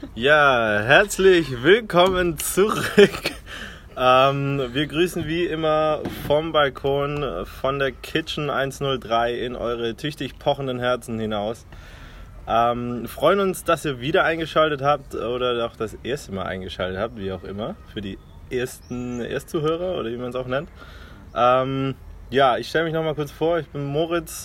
Ja, herzlich willkommen zurück. Wir grüßen wie immer vom Balkon von der Kitchen 103 in eure tüchtig pochenden Herzen hinaus. Freuen uns, dass ihr wieder eingeschaltet habt oder auch das erste Mal eingeschaltet habt, wie auch immer, für die Erstzuhörer oder wie man es auch nennt. Ja, ich stelle mich nochmal kurz vor, ich bin Moritz.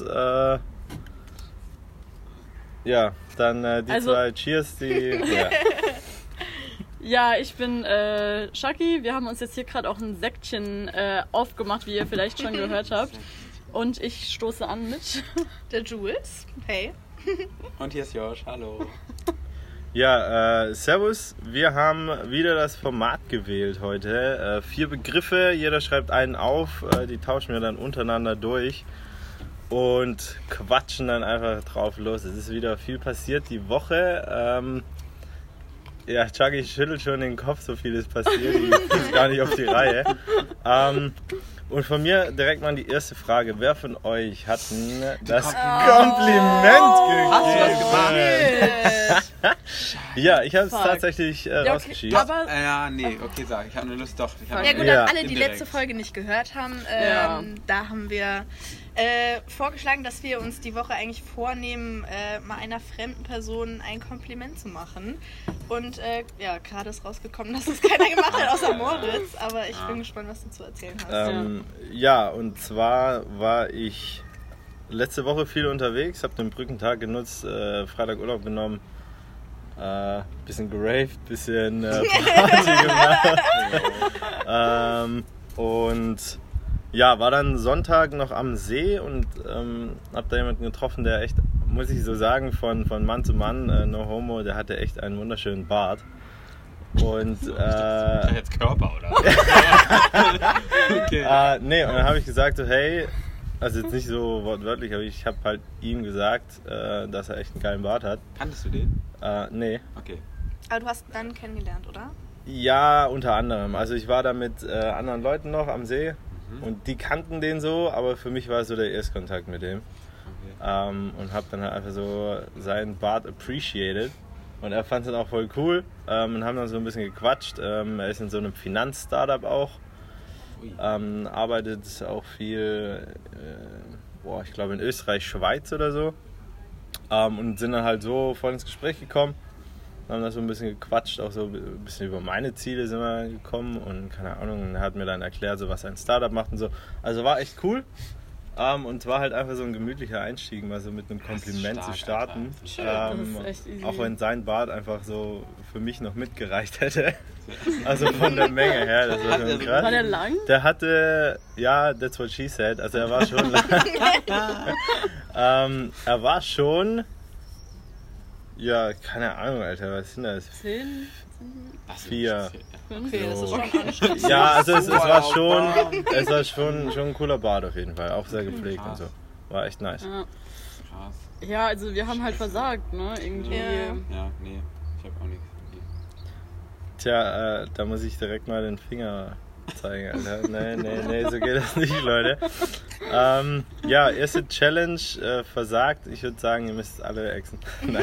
Ja, dann die zwei Cheers, die... Ja. Ja, ich bin Shaki. Wir haben uns jetzt hier gerade auch ein Säckchen aufgemacht, wie ihr vielleicht schon gehört habt. Und ich stoße an mit der Jules. Hey. Und hier ist Josh. Hallo. Ja, servus. Wir haben wieder das Format gewählt heute. 4 Begriffe, jeder schreibt einen auf. Die tauschen wir dann untereinander durch und quatschen dann einfach drauf los. Es ist wieder viel passiert die Woche. Ja, Chucky schüttelt schon den Kopf, so viel ist passiert. Ich krieg's gar nicht auf die Reihe. Und von mir direkt mal die erste Frage. Wer von euch hat das Kompliment gegeben? Hast du das gemacht? Ja, ich habe es tatsächlich rausgeschickt. Aber nee, okay, sag. Ich habe eine Lust, doch. Ja gut, an alle, die letzte Folge nicht gehört haben, da haben wir vorgeschlagen, dass wir uns die Woche eigentlich vornehmen, mal einer fremden Person ein Kompliment zu machen. Und gerade ist rausgekommen, dass es keiner gemacht hat, außer Moritz. Aber ich bin gespannt, was du zu erzählen hast. Ja, und zwar war ich letzte Woche viel unterwegs, habe den Brückentag genutzt, Freitag Urlaub genommen, bisschen geraved, bisschen Party gemacht. Und ja, war dann Sonntag noch am See und hab da jemanden getroffen, der echt, muss ich so sagen, von Mann zu Mann, no homo, der hatte echt einen wunderschönen Bart. Und jetzt Körper, oder? Okay. Nee, und dann habe ich gesagt so, hey, also jetzt nicht so wortwörtlich, aber ich habe halt ihm gesagt, dass er echt einen geilen Bart hat. Kanntest du den? Nee. Okay. Aber du hast ihn dann kennengelernt, oder? Ja, unter anderem. Also ich war da mit anderen Leuten noch am See und die kannten den so, aber für mich war es so der Erstkontakt mit dem. Okay. Und habe dann halt einfach so seinen Bart appreciated. Und er fand es dann auch voll cool und haben dann so ein bisschen gequatscht. Er ist in so einem Finanz-Startup auch. Arbeitet auch viel, ich glaube in Österreich, Schweiz oder so. Und sind dann halt so voll ins Gespräch gekommen. Haben da so ein bisschen gequatscht, auch so ein bisschen über meine Ziele sind wir gekommen. Und keine Ahnung, er hat mir dann erklärt, so was ein Startup macht und so. Also war echt cool. Und es war halt einfach so ein gemütlicher Einstieg, mal so mit einem Kompliment zu starten. Auch wenn sein Bart einfach so für mich noch mitgereicht hätte. Also von der Menge her. Das war schon krass. War der lang? Der hatte, ja, that's what she said. Also er war schon lang. Er war schon, ja, keine Ahnung, Alter, was sind das? 10? 4. Okay, das ist So. schon anstrengend. Ja, also es war schon ein cooler Bart auf jeden Fall, auch sehr gepflegt und so. War echt nice. Ja. Krass. Ja, also wir haben halt versagt, ne? Irgendwie. Ja, nee, ich hab auch nichts. Tja, da muss ich direkt mal den Finger zeigen, Alter. Nee, so geht das nicht, Leute. Ja, erste Challenge versagt. Ich würde sagen, ihr müsst alle exen. Nein.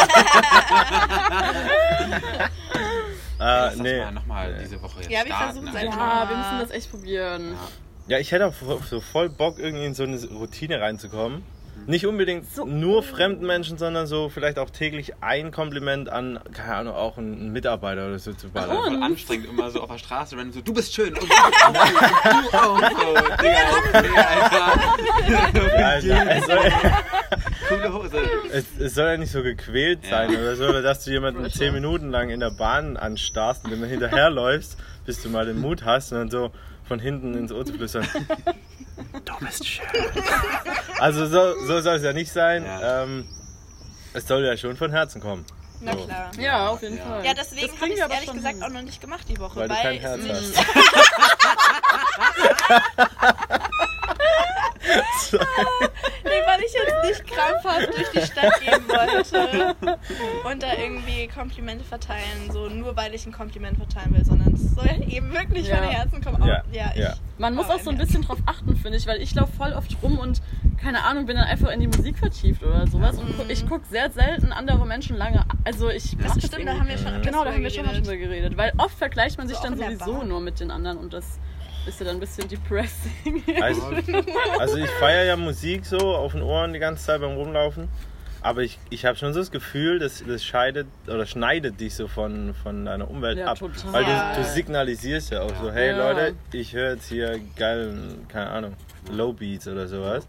Nee. Nochmal diese Woche jetzt Ja, wir starten. versuchen es Alter. Ja, wir müssen das echt probieren. Ja, ich hätte auch so voll Bock, irgendwie in so eine Routine reinzukommen. Nicht unbedingt nur fremden Menschen, sondern so vielleicht auch täglich ein Kompliment an, keine Ahnung, auch einen Mitarbeiter oder so zu ballern. Voll anstrengend, immer so auf der Straße, wenn so, du bist schön und du auch so, Digga, okay, Alter. Alter, Coole Hose. es soll ja nicht so gequält sein oder so, oder dass du jemanden 10 Minuten lang in der Bahn anstarrst und dann hinterherläufst, bis du mal den Mut hast und dann so von hinten ins Ohr zu flüstern. Du bist schön. Also so soll es ja nicht sein. Ja. Es soll ja schon von Herzen kommen. Na klar. Ja, auf jeden Fall. Ja, deswegen Das habe kriegen ich wir es aber ehrlich schon gesagt hin. auch noch nicht gemacht die Woche. Weil du kein Herz es hast. Nee, weil ich jetzt nicht krampfhaft durch die Stadt gehen wollte und da irgendwie Komplimente verteilen, so nur weil ich ein Kompliment verteilen will, sondern es soll eben wirklich von Herzen kommen. Man muss auch so ein bisschen drauf achten, finde ich, weil ich laufe voll oft rum und keine Ahnung, bin dann einfach in die Musik vertieft oder sowas und ich gucke sehr selten andere Menschen lange. Also ich das stimmt, da haben wir schon da haben wir schon mal drüber geredet, weil oft vergleicht man sich dann sowieso nur mit den anderen und das ist ja dann ein bisschen depressing. Also ich feiere ja Musik so auf den Ohren die ganze Zeit beim Rumlaufen, aber ich habe schon so das Gefühl, das schneidet dich so von deiner Umwelt ab. Total. Weil du signalisierst ja auch so, hey Leute, ich höre jetzt hier geil, keine Ahnung, Low Beats oder sowas.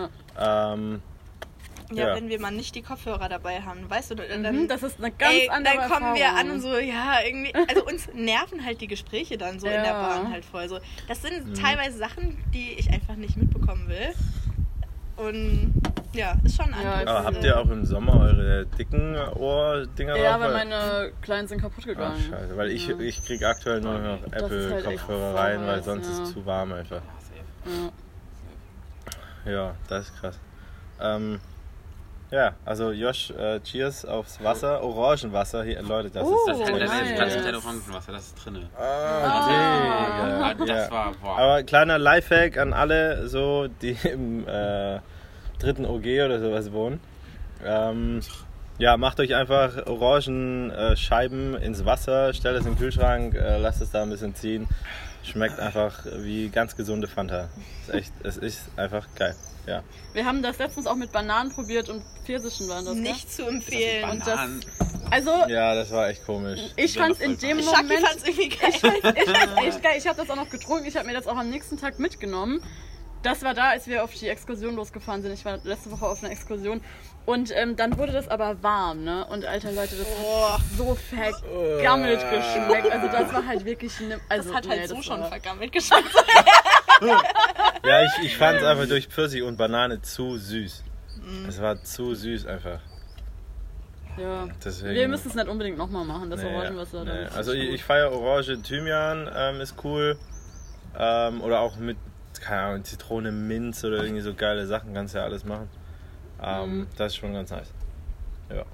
Wenn wir mal nicht die Kopfhörer dabei haben, weißt du, dann, das ist eine ganz andere dann kommen wir Erfahrung. an und so, irgendwie, also uns nerven halt die Gespräche dann so in der Bahn halt voll so. Das sind teilweise Sachen, die ich einfach nicht mitbekommen will. Und ist schon anders. Aber habt ihr auch im Sommer eure dicken Ohrdinger drauf? Ja, aber meine kleinen sind kaputt gegangen. Ach, scheiße, weil ich krieg aktuell nur noch Apple-Kopfhörer rein, weil sonst ist es zu warm einfach. Ja, das ist krass. Also Josh, cheers aufs Wasser, Orangenwasser hier, Leute, das ist das kleine Orangenwasser, das ist drin. Das war boah. Aber kleiner Lifehack an alle, so die im 3. OG oder sowas wohnen. Macht euch einfach Orangenscheiben ins Wasser, stellt es in den Kühlschrank, lasst es da ein bisschen ziehen. Schmeckt einfach wie ganz gesunde Fanta. Es ist einfach geil. Ja. Wir haben das letztens auch mit Bananen probiert und Pfirsichen waren das. Nicht zu empfehlen. Und das war echt komisch. Ich fand's in dem Moment. Shaki fand's irgendwie geil. Ich fand's echt geil. Ich habe das auch noch getrunken. Ich habe mir das auch am nächsten Tag mitgenommen. Das war da, als wir auf die Exkursion losgefahren sind. Ich war letzte Woche auf einer Exkursion. Und dann wurde das aber warm, ne? Und alter Leute, das hat so vergammelt geschmeckt. Also das war halt wirklich... das hat halt so schon vergammelt geschmeckt. Ja, ich fand es einfach durch Pfirsich und Banane zu süß. Es war zu süß einfach. Ja, deswegen, wir müssen es nicht unbedingt nochmal machen, das Orangenwasser. Also ich feiere Orange, Thymian ist cool. Oder auch mit, keine Ahnung, Zitrone, Minz oder irgendwie so geile Sachen, kannst ja alles machen. Das ist schon ganz nice. Ja.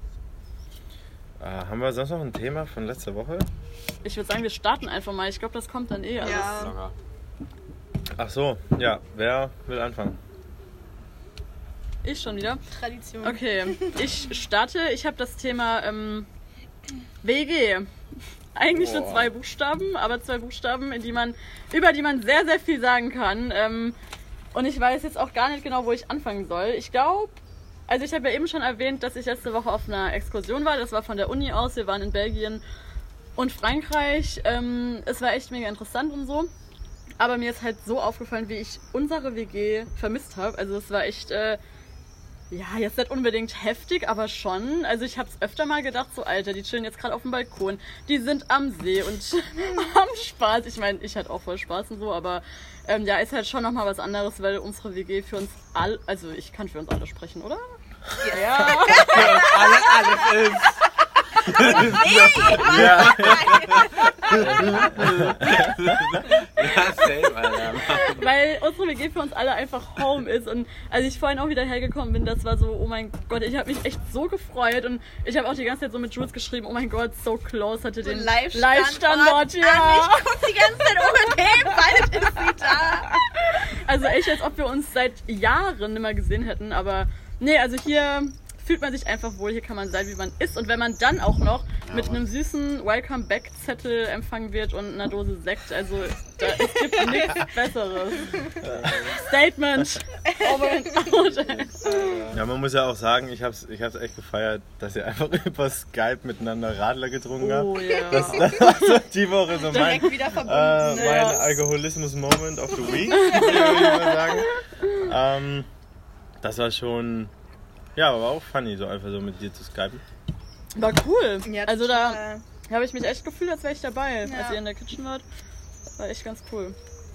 Haben wir sonst noch ein Thema von letzter Woche? Ich würde sagen, wir starten einfach mal. Ich glaube, das kommt dann alles. Locker. Ach so, ja. Wer will anfangen? Ich schon wieder? Tradition. Okay, ich starte. Ich habe das Thema WG. Eigentlich nur 2 Buchstaben, aber 2 Buchstaben, über die man sehr, sehr viel sagen kann. Und ich weiß jetzt auch gar nicht genau, wo ich anfangen soll. Ich glaube, also ich habe ja eben schon erwähnt, dass ich letzte Woche auf einer Exkursion war. Das war von der Uni aus. Wir waren in Belgien und Frankreich. Es war echt mega interessant und so. Aber mir ist halt so aufgefallen, wie ich unsere WG vermisst habe. Also es war echt, jetzt nicht unbedingt heftig, aber schon. Also ich habe es öfter mal gedacht, so Alter, die chillen jetzt gerade auf dem Balkon. Die sind am See und haben Spaß. Ich meine, ich hatte auch voll Spaß und so, aber ist halt schon nochmal was anderes, weil unsere WG für uns alle, also ich kann für uns alle sprechen, oder? Ja. Alles ist. Ja. Safe, Alter. Weil unsere WG für uns alle einfach Home ist. Und als ich vorhin auch wieder hergekommen bin, das war so, oh mein Gott, ich habe mich echt so gefreut. Und ich habe auch die ganze Zeit so mit Jules geschrieben, oh mein Gott, so close, hatte den Live-Standort. Ja. Ich guck die ganze Zeit bald ist sie da. Also echt, als ob wir uns seit Jahren nicht mehr gesehen hätten. Aber nee, also hier fühlt man sich einfach wohl, hier kann man sein, wie man ist. Und wenn man dann auch noch mit einem süßen Welcome-Back-Zettel empfangen wird und einer Dose Sekt, also es gibt nichts Besseres. Statement. Over and out. Ja, man muss ja auch sagen, ich hab's echt gefeiert, dass ihr einfach über Skype miteinander Radler getrunken habt. Oh ja. Das war so die Woche so mein wieder verbunden. mein Alkoholismus-Moment of the Week, würde ich mal sagen. Das war schon... Ja, aber auch funny, so einfach so mit dir zu skypen. War cool. Ja, also da habe ich mich echt gefühlt, als wäre ich dabei, als ihr in der Kitchen wart. War echt ganz cool.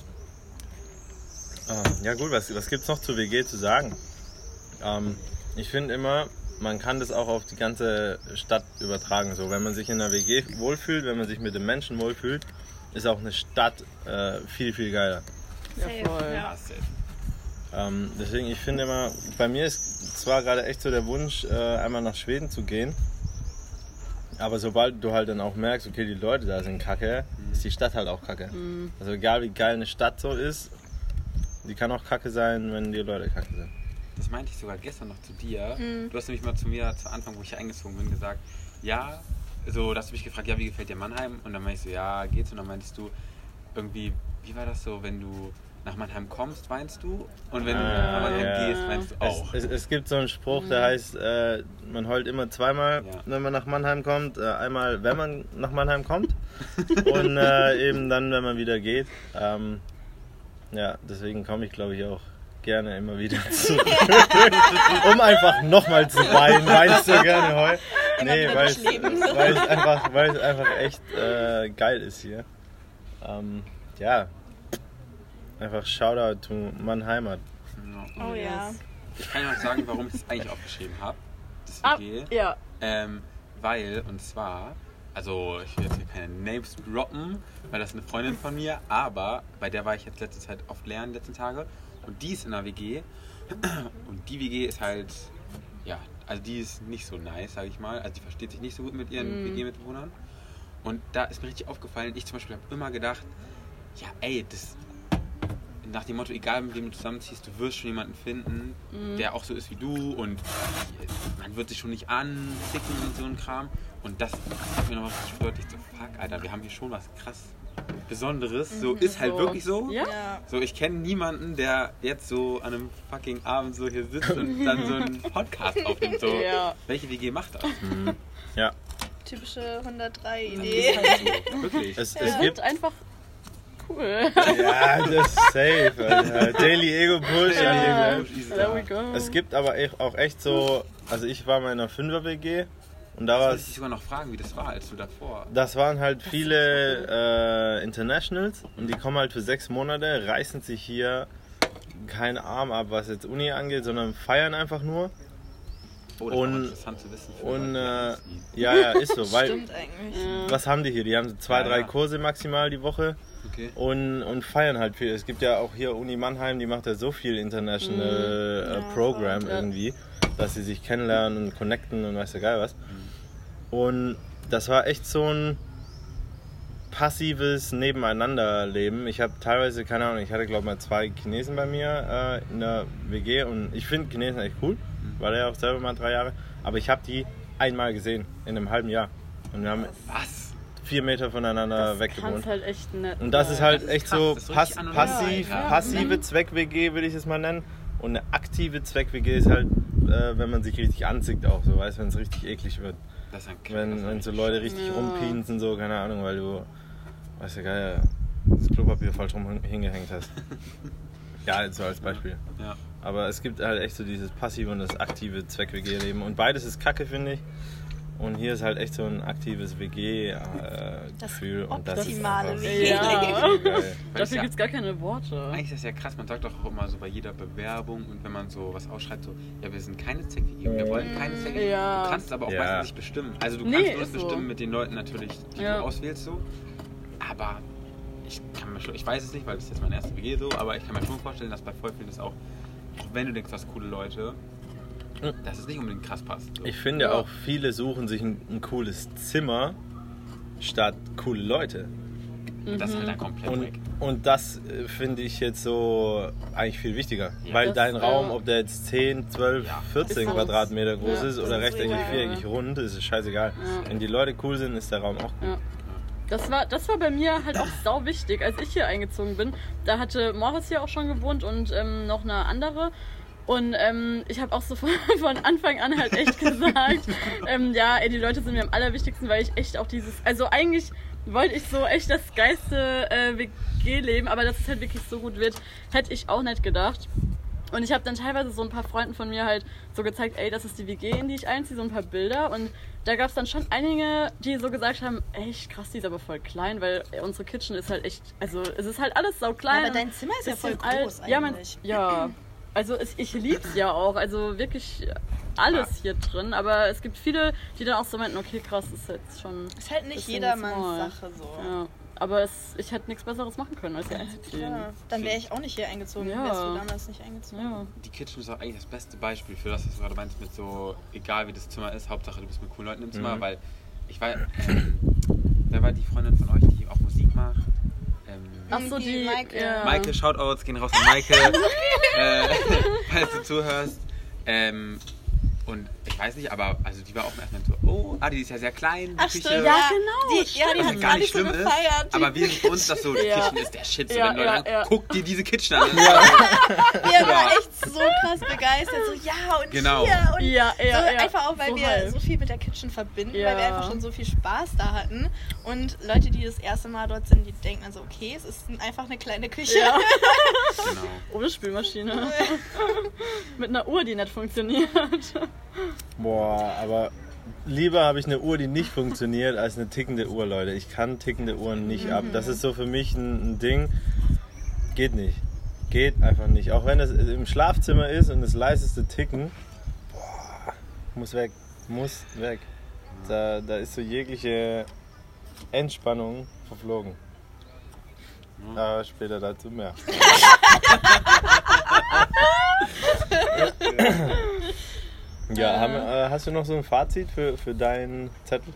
Ja gut, was gibt's noch zur WG zu sagen? Ich finde immer, man kann das auch auf die ganze Stadt übertragen. So, wenn man sich in einer WG wohlfühlt, wenn man sich mit den Menschen wohlfühlt, ist auch eine Stadt viel, viel geiler. Ja, voll. Ja. Deswegen, ich finde immer, bei mir ist zwar gerade echt so der Wunsch, einmal nach Schweden zu gehen, aber sobald du halt dann auch merkst, okay, die Leute da sind kacke, ist die Stadt halt auch kacke. Also egal wie geil eine Stadt so ist, die kann auch kacke sein, wenn die Leute kacke sind. Das meinte ich sogar gestern noch zu dir. Du hast nämlich mal zu mir zu Anfang, wo ich eingezogen bin, gesagt, ja, so, da hast du mich gefragt, ja, wie gefällt dir Mannheim? Und dann meinte ich so, ja, geht's? Und dann meintest du irgendwie, wie war das so, wenn du nach Mannheim kommst, weinst du? Und wenn du nach Mannheim gehst, weinst du auch. Es gibt so einen Spruch, der heißt, man heult immer zweimal, wenn man nach Mannheim kommt. Einmal, wenn man nach Mannheim kommt und eben dann, wenn man wieder geht. Ja, deswegen komme ich, glaube ich, auch gerne immer wieder zurück, um einfach nochmal zu weinen. Weinst du gerne heute? Nee, weil es einfach echt geil ist hier. Ja, einfach Shoutout to Mannheimat. Oh ja. Ich kann ja auch sagen, warum ich das eigentlich aufgeschrieben habe. Das WG. Ja. Weil, und zwar, also ich will jetzt hier keine Names droppen, weil das ist eine Freundin von mir, aber bei der war ich jetzt letzte Zeit oft lernen, die letzten Tage. Und die ist in einer WG. Und die WG ist halt, ja, also die ist nicht so nice, sag ich mal. Also die versteht sich nicht so gut mit ihren WG-Mitbewohnern. Und da ist mir richtig aufgefallen, ich zum Beispiel habe immer gedacht, ja ey, das nach dem Motto, egal mit wem du zusammenziehst, du wirst schon jemanden finden, der auch so ist wie du und man wird sich schon nicht anzicken und so ein Kram. Und das hat mir noch was deutlich so, fuck, Alter, wir haben hier schon was krass Besonderes. So ist halt wirklich so. Ja. So, ich kenne niemanden, der jetzt so an einem fucking Abend so hier sitzt und dann so einen Podcast aufnimmt. So, welche WG macht das? Ja. Typische 103-Idee. Wirklich. Es Es gibt wird einfach cool. Ja, das ist safe. Alter. Daily Ego Push. There we go. Es gibt aber auch echt so, also ich war mal in einer 5er-WG und da war wollte ich sogar noch fragen, wie das war, als du davor... Das waren halt viele Internationals und die kommen halt für 6 Monate, reißen sich hier keinen Arm ab, was jetzt Uni angeht, sondern feiern einfach nur. Oh, das war interessant zu wissen. Und ja, ist so, weil Stimmt eigentlich. was haben die hier? Die haben so 2-3 Kurse maximal die Woche. Okay. Und feiern halt viel. Es gibt ja auch hier Uni Mannheim, die macht ja so viel International Program irgendwie, dass sie sich kennenlernen und connecten und weiß ja geil was. Und das war echt so ein passives Nebeneinanderleben. Ich habe teilweise, keine Ahnung, ich hatte glaube mal 2 Chinesen bei mir in der WG und ich finde Chinesen echt cool, war ja auch selber mal 3 Jahre, aber ich habe die einmal gesehen in einem halben Jahr und wir haben 4 Meter voneinander weg gewohnt. Halt echt nett. Und das ist halt echt so passiv, passive Zweck-WG, würde ich es mal nennen. Und eine aktive Zweck-WG ist halt, wenn man sich richtig anzieht auch so, weißt du, wenn es richtig eklig wird. Das ist wenn so Leute richtig rumpinsen, so, keine Ahnung, weil du, weißt du, geil, das Klopapier falsch rum hingehängt hast. Ja, jetzt so als Beispiel. Ja. Aber es gibt halt echt so dieses passive und das aktive Zweck-WG-Leben. Und beides ist kacke, finde ich. Und hier ist halt echt so ein aktives WG-Gefühl. Und das ist einfach WG-Leben. Geil. Dafür gibt es gar keine Worte. Eigentlich ist das ja krass, man sagt doch auch immer so bei jeder Bewerbung und wenn man so was ausschreibt, so, ja, wir sind keine Zweck-WG, wir wollen keine Zweck-WG. Ja. Du kannst es aber auch meistens nicht bestimmen. Also du kannst nur das bestimmen so mit den Leuten natürlich, die du auswählst, so. Aber ich weiß es nicht, weil das ist jetzt meine erste WG so, aber ich kann mir schon vorstellen, dass bei voll vielen das auch wenn du denkst, du hast coole Leute, dass es nicht unbedingt krass passt. So. Ich finde auch, viele suchen sich ein cooles Zimmer statt coole Leute. Das ist halt dann komplett weg. Und das finde ich jetzt so eigentlich viel wichtiger. Ja. Weil dein Raum, ob der jetzt 10, 12, 14 Quadratmeter groß ist oder rechteckig, viereckig, rund, ist scheißegal. Ja. Wenn die Leute cool sind, ist der Raum auch cool. Ja. Das war bei mir halt auch sau wichtig, als ich hier eingezogen bin. Da hatte Moritz hier auch schon gewohnt und noch eine andere. Und ich habe auch so von Anfang an halt echt gesagt, die Leute sind mir am allerwichtigsten, weil ich echt auch also eigentlich wollte ich so echt das geilste WG-Leben, aber dass es halt wirklich so gut wird, hätte ich auch nicht gedacht. Und ich habe dann teilweise so ein paar Freunden von mir halt so gezeigt, ey, das ist die WG, in die ich einziehe, so ein paar Bilder. Und da gab es dann schon einige, die so gesagt haben, echt krass, die ist aber voll klein, weil unsere Kitchen ist halt echt, also es ist halt alles sau klein. Ja, aber dein Zimmer ist ja voll groß eigentlich. Also ich lieb's ja auch, also wirklich alles hier drin. Aber es gibt viele, die dann auch so meinten, okay, krass, ist jetzt schon... Ist halt nicht jedermanns Sache so. Ja. Aber ich hätte nichts Besseres machen können, als hier einzuziehen. Ja, dann wäre ich auch nicht hier eingezogen, wärst du damals nicht eingezogen. Ja. Die Kitchen ist auch eigentlich das beste Beispiel für das, was du gerade meinst, mit so, egal wie das Zimmer ist, Hauptsache du bist mit coolen Leuten im Zimmer, weil ich war, wer war die Freundin von euch, die auch Musik macht? Achso, die Maike. Ja. Maike, Shoutouts gehen raus an Maike, falls du zuhörst. Und ich weiß nicht, aber also die war auch erstmal so, die ist ja sehr klein, die Ach, Küche. stimmt, Ja, genau. Die Was hat gar nicht so schlimm ist, gefeiert. aber wir sind für uns das so, die Kitchen ist der Shit. So, wenn Leute sagen, guck dir diese Kitchen an. Die war echt so krass begeistert. So, ja, und Genau. hier. Und Ja, so, einfach auch, weil so wir halt. so viel mit der Kitchen verbinden, Ja. weil wir einfach schon so viel Spaß da hatten. Und Leute, die das erste Mal dort sind, die denken also, okay, es ist einfach eine kleine Küche. Ja. Genau. Ohne Spülmaschine. Mit einer Uhr, die nicht funktioniert. Boah, aber lieber habe ich eine Uhr, die nicht funktioniert, als eine tickende Uhr, Leute. Ich kann tickende Uhren nicht ab. Das ist so für mich ein Ding. Geht nicht. Geht einfach nicht. Auch wenn es im Schlafzimmer ist und das leiseste Ticken, boah, muss weg. Muss weg. Da ist so jegliche Entspannung verflogen. Aber später dazu mehr. Ja, hast du noch so ein Fazit für deinen Zettel?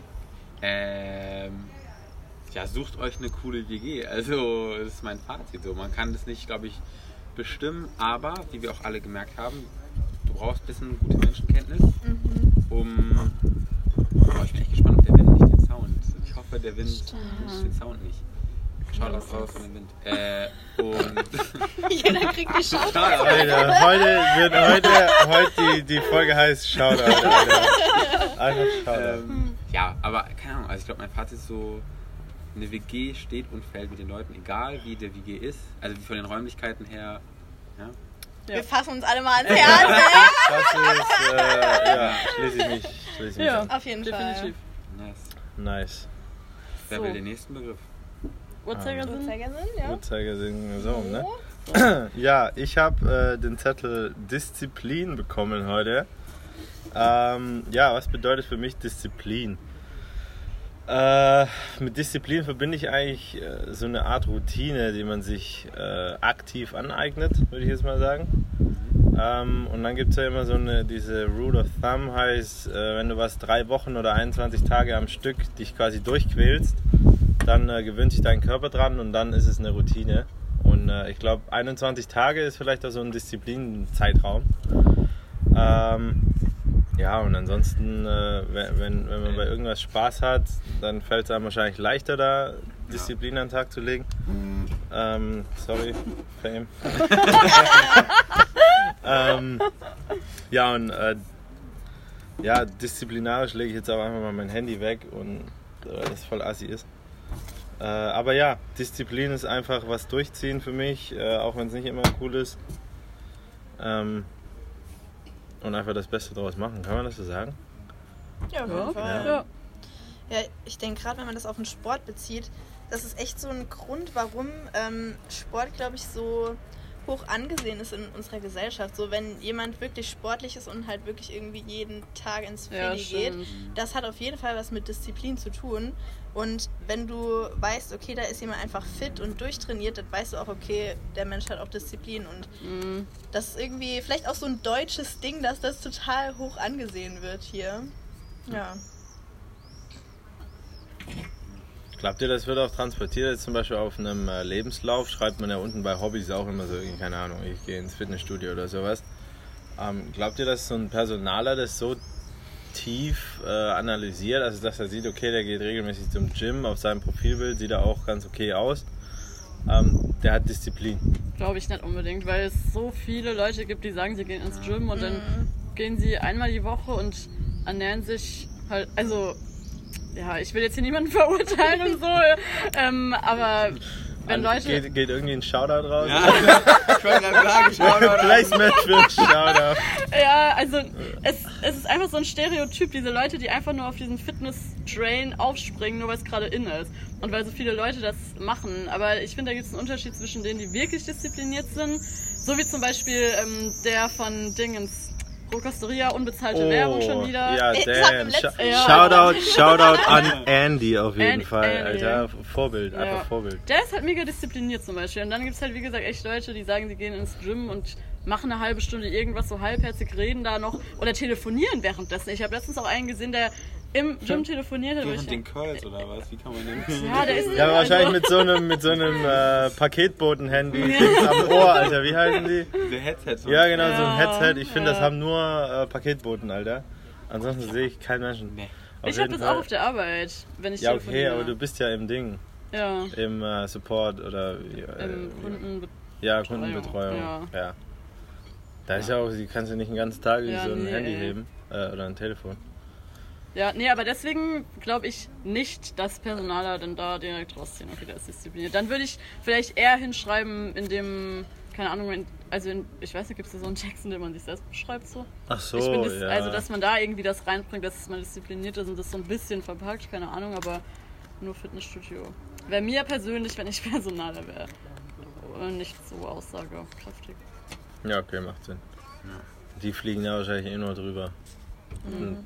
Ja, sucht euch eine coole WG. Also, das ist mein Fazit so. Man kann das nicht, glaube ich, bestimmen, aber, wie wir auch alle gemerkt haben, du brauchst ein bisschen gute Menschenkenntnis, ich bin echt gespannt, ob der Wind nicht den Sound. Ich hoffe, der Wind nicht den Sound nicht. Schaut auch raus von dem Wind. Jeder kriegt die Shoutout. Alter, heute die Folge heißt Shoutout, Alter. Einfach Shoutout. Ja, aber keine Ahnung, also ich glaube, mein Fazit ist so, eine WG steht und fällt mit den Leuten, egal wie der WG ist, also von den Räumlichkeiten her, ja. Wir fassen uns alle mal ans Herz. Das ist, schließe ich mich an. Auf jeden Definitiv. Nice. Wer will den nächsten Begriff? Uhrzeigersinn? Ja. Uhrzeigersinn, so, ne? Ja, ich habe den Zettel Disziplin bekommen heute. Was bedeutet für mich Disziplin? Mit Disziplin verbinde ich eigentlich so eine Art Routine, die man sich aktiv aneignet, würde ich jetzt mal sagen. Und dann gibt es ja immer so diese Rule of Thumb, heißt, wenn du was 3 Wochen oder 21 Tage am Stück dich quasi durchquälst, dann gewöhnt sich dein Körper dran und dann ist es eine Routine. Und ich glaube, 21 Tage ist vielleicht auch so ein Disziplinzeitraum. Und ansonsten, wenn man bei irgendwas Spaß hat, dann fällt es einem wahrscheinlich leichter, da Disziplin an den Tag zu legen. Sorry, Fame. Disziplinarisch lege ich jetzt auch einfach mal mein Handy weg und das voll assi ist. Aber ja, Disziplin ist einfach was durchziehen für mich, auch wenn es nicht immer cool ist. Und einfach das Beste daraus machen. Kann man das so sagen? Ja, auf jeden Fall. Ja, ich denke, gerade wenn man das auf den Sport bezieht, das ist echt so ein Grund, warum Sport, glaube ich, so hoch angesehen ist in unserer Gesellschaft. So, wenn jemand wirklich sportlich ist und halt wirklich irgendwie jeden Tag ins Fitness geht, das hat auf jeden Fall was mit Disziplin zu tun. Und wenn du weißt, okay, da ist jemand einfach fit und durchtrainiert, dann weißt du auch, okay, der Mensch hat auch Disziplin. Und das ist irgendwie vielleicht auch so ein deutsches Ding, dass das total hoch angesehen wird hier. Ja. Glaubt ihr, das wird auch transportiert? Jetzt zum Beispiel auf einem Lebenslauf schreibt man ja unten bei Hobbys auch immer so, keine Ahnung, ich gehe ins Fitnessstudio oder sowas. Glaubt ihr, dass so ein Personaler das so tief analysiert, also dass er sieht, okay, der geht regelmäßig zum Gym, auf seinem Profilbild sieht er auch ganz okay aus, der hat Disziplin? Glaube ich nicht unbedingt, weil es so viele Leute gibt, die sagen, sie gehen ins Gym und dann gehen sie einmal die Woche und ernähren sich halt, also ja, ich will jetzt hier niemanden verurteilen und so, aber wenn Leute... Geht irgendwie ein Shoutout raus? Ja, ich wollte gerade sagen, Shoutout. Placement für ein Shoutout. Ja, also es ist einfach so ein Stereotyp, diese Leute, die einfach nur auf diesen Fitness-Train aufspringen, nur weil es gerade in ist. Und weil so viele Leute das machen. Aber ich finde, da gibt es einen Unterschied zwischen denen, die wirklich diszipliniert sind, so wie zum Beispiel der von Dingens, Rocosteria, unbezahlte Werbung schon wieder. Ja, damn. Shoutout an Andy auf jeden Fall, Alter. Vorbild, einfach Vorbild. Der ist halt mega diszipliniert zum Beispiel. Und dann gibt es halt, wie gesagt, echt Leute, die sagen, sie gehen ins Gym und machen eine halbe Stunde irgendwas so halbherzig, reden da noch oder telefonieren währenddessen. Ich habe letztens auch einen gesehen, der im Gym telefoniert hat. Während den Curls oder was? Wie kann man den... Ja, der ist... Ja, wahrscheinlich mit so einem Paketboten-Handy am Ohr, Alter. Wie heißen die? The Headset. Ja, genau, so ein Headset. Ich finde, das haben nur Paketboten, Alter. Ansonsten sehe ich keinen Menschen. Nee. Ich habe das auch auf der Arbeit, wenn ich telefoniere. Ja, okay, aber du bist ja im Ding. Ja. Im Support oder... Kundenbetreuung. Ja. Da ist ja auch, die kannst du nicht den ganzen Tag so ein Handy heben oder ein Telefon. Ja, nee, aber deswegen glaube ich nicht, dass Personaler dann da direkt rausziehen. Okay, der ist diszipliniert. Dann würde ich vielleicht eher hinschreiben in dem, keine Ahnung, ich weiß nicht, gibt es da so einen Text, in dem man sich selbst beschreibt so? Ach so, ja. Also, dass man da irgendwie das reinbringt, dass man diszipliniert ist und das so ein bisschen verpackt, keine Ahnung, aber nur Fitnessstudio. Wäre mir persönlich, wenn ich Personaler wäre, nicht so aussagekräftig. Ja, okay, macht Sinn. Ja. Die fliegen ja wahrscheinlich nur drüber. Mhm.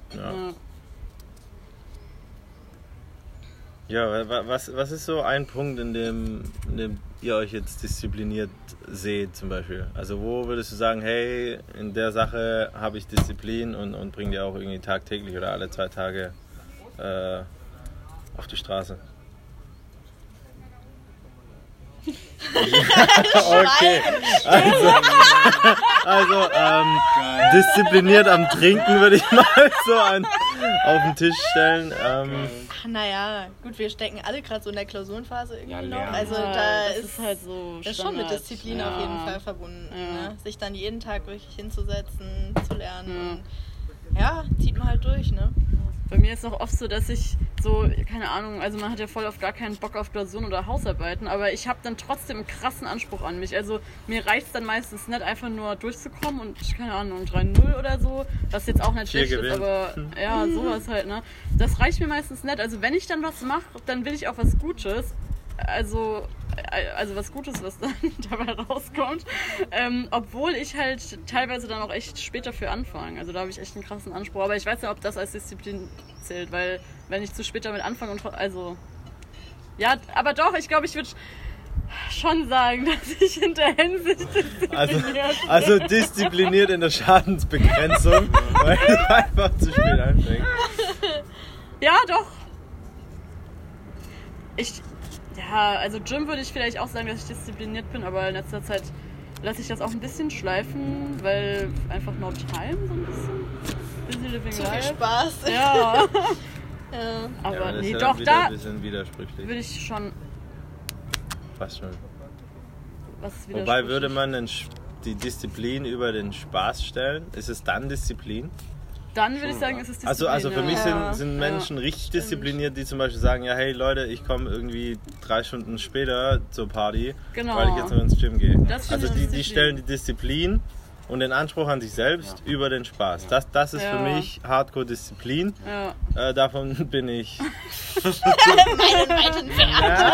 Ja, was ist so ein Punkt, in dem ihr euch jetzt diszipliniert seht zum Beispiel? Also wo würdest du sagen, hey, in der Sache habe ich Disziplin und bringe die auch irgendwie tagtäglich oder alle 2 Tage auf die Straße? Okay, also diszipliniert am Trinken würde ich mal so auf den Tisch stellen. Naja, gut, wir stecken alle gerade so in der Klausurenphase irgendwie noch. Also das ist halt so das ist schon mit Disziplin auf jeden Fall verbunden. Ja. Ne? Sich dann jeden Tag wirklich hinzusetzen, zu lernen. Und zieht man halt durch, ne? Bei mir ist es auch oft so, dass ich so, keine Ahnung, also man hat ja voll auf gar keinen Bock auf Klausuren oder Hausarbeiten, aber ich habe dann trotzdem einen krassen Anspruch an mich. Also mir reicht es dann meistens nicht einfach nur durchzukommen und, keine Ahnung, 3-0 oder so, was jetzt auch nicht schlecht ist, aber ja, sowas halt, ne. Das reicht mir meistens nicht. Also wenn ich dann was mache, dann will ich auch was Gutes. Also was Gutes, was dann dabei rauskommt. Obwohl ich halt teilweise dann auch echt spät dafür anfange. Also da habe ich echt einen krassen Anspruch. Aber ich weiß nicht, ob das als Disziplin zählt, weil wenn ich zu spät damit anfange ja, aber doch, ich glaube, ich würde schon sagen, dass ich in der Hinsicht diszipliniert bin. Also diszipliniert in der Schadensbegrenzung, weil du einfach zu spät anfängst. Ja, doch. Also Gym würde ich vielleicht auch sagen, dass ich diszipliniert bin, aber in letzter Zeit lasse ich das auch ein bisschen schleifen, weil einfach no time so ein bisschen. Busy living zu life. Viel Spaß. Ja. Aber ja, nee, ja doch, wieder da ein bisschen widersprüchlich. würde ich schon... Fast schon. Was ist Wobei würde man die Disziplin über den Spaß stellen? Ist es dann Disziplin? Dann würde ich sagen, es ist Disziplin. Also für mich sind Menschen richtig diszipliniert, die zum Beispiel sagen, ja hey Leute, ich komme irgendwie 3 Stunden später zur Party, weil ich jetzt nur ins Gym gehe. Also die stellen die Disziplin und den Anspruch an sich selbst über den Spaß. Das ist für mich Hardcore-Disziplin. Ja. Davon bin ich... weit entfernt.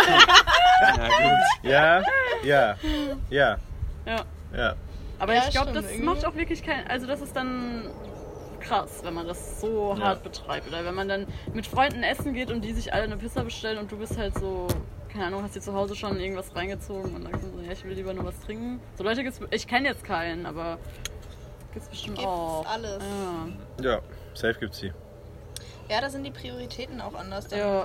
Ja. Aber Ja, ich glaube, das stimmt, macht auch wirklich also das ist dann krass, wenn man das so hart betreibt. Oder wenn man dann mit Freunden essen geht und die sich alle eine Pizza bestellen und du bist halt so, keine Ahnung, hast dir zu Hause schon irgendwas reingezogen und dann sagst du so, ja, ich will lieber nur was trinken. So Leute gibt's, ich kenne jetzt keinen, aber gibt's bestimmt auch. Alles. Ja, safe gibt's die. Ja, da sind die Prioritäten auch anders. Genau.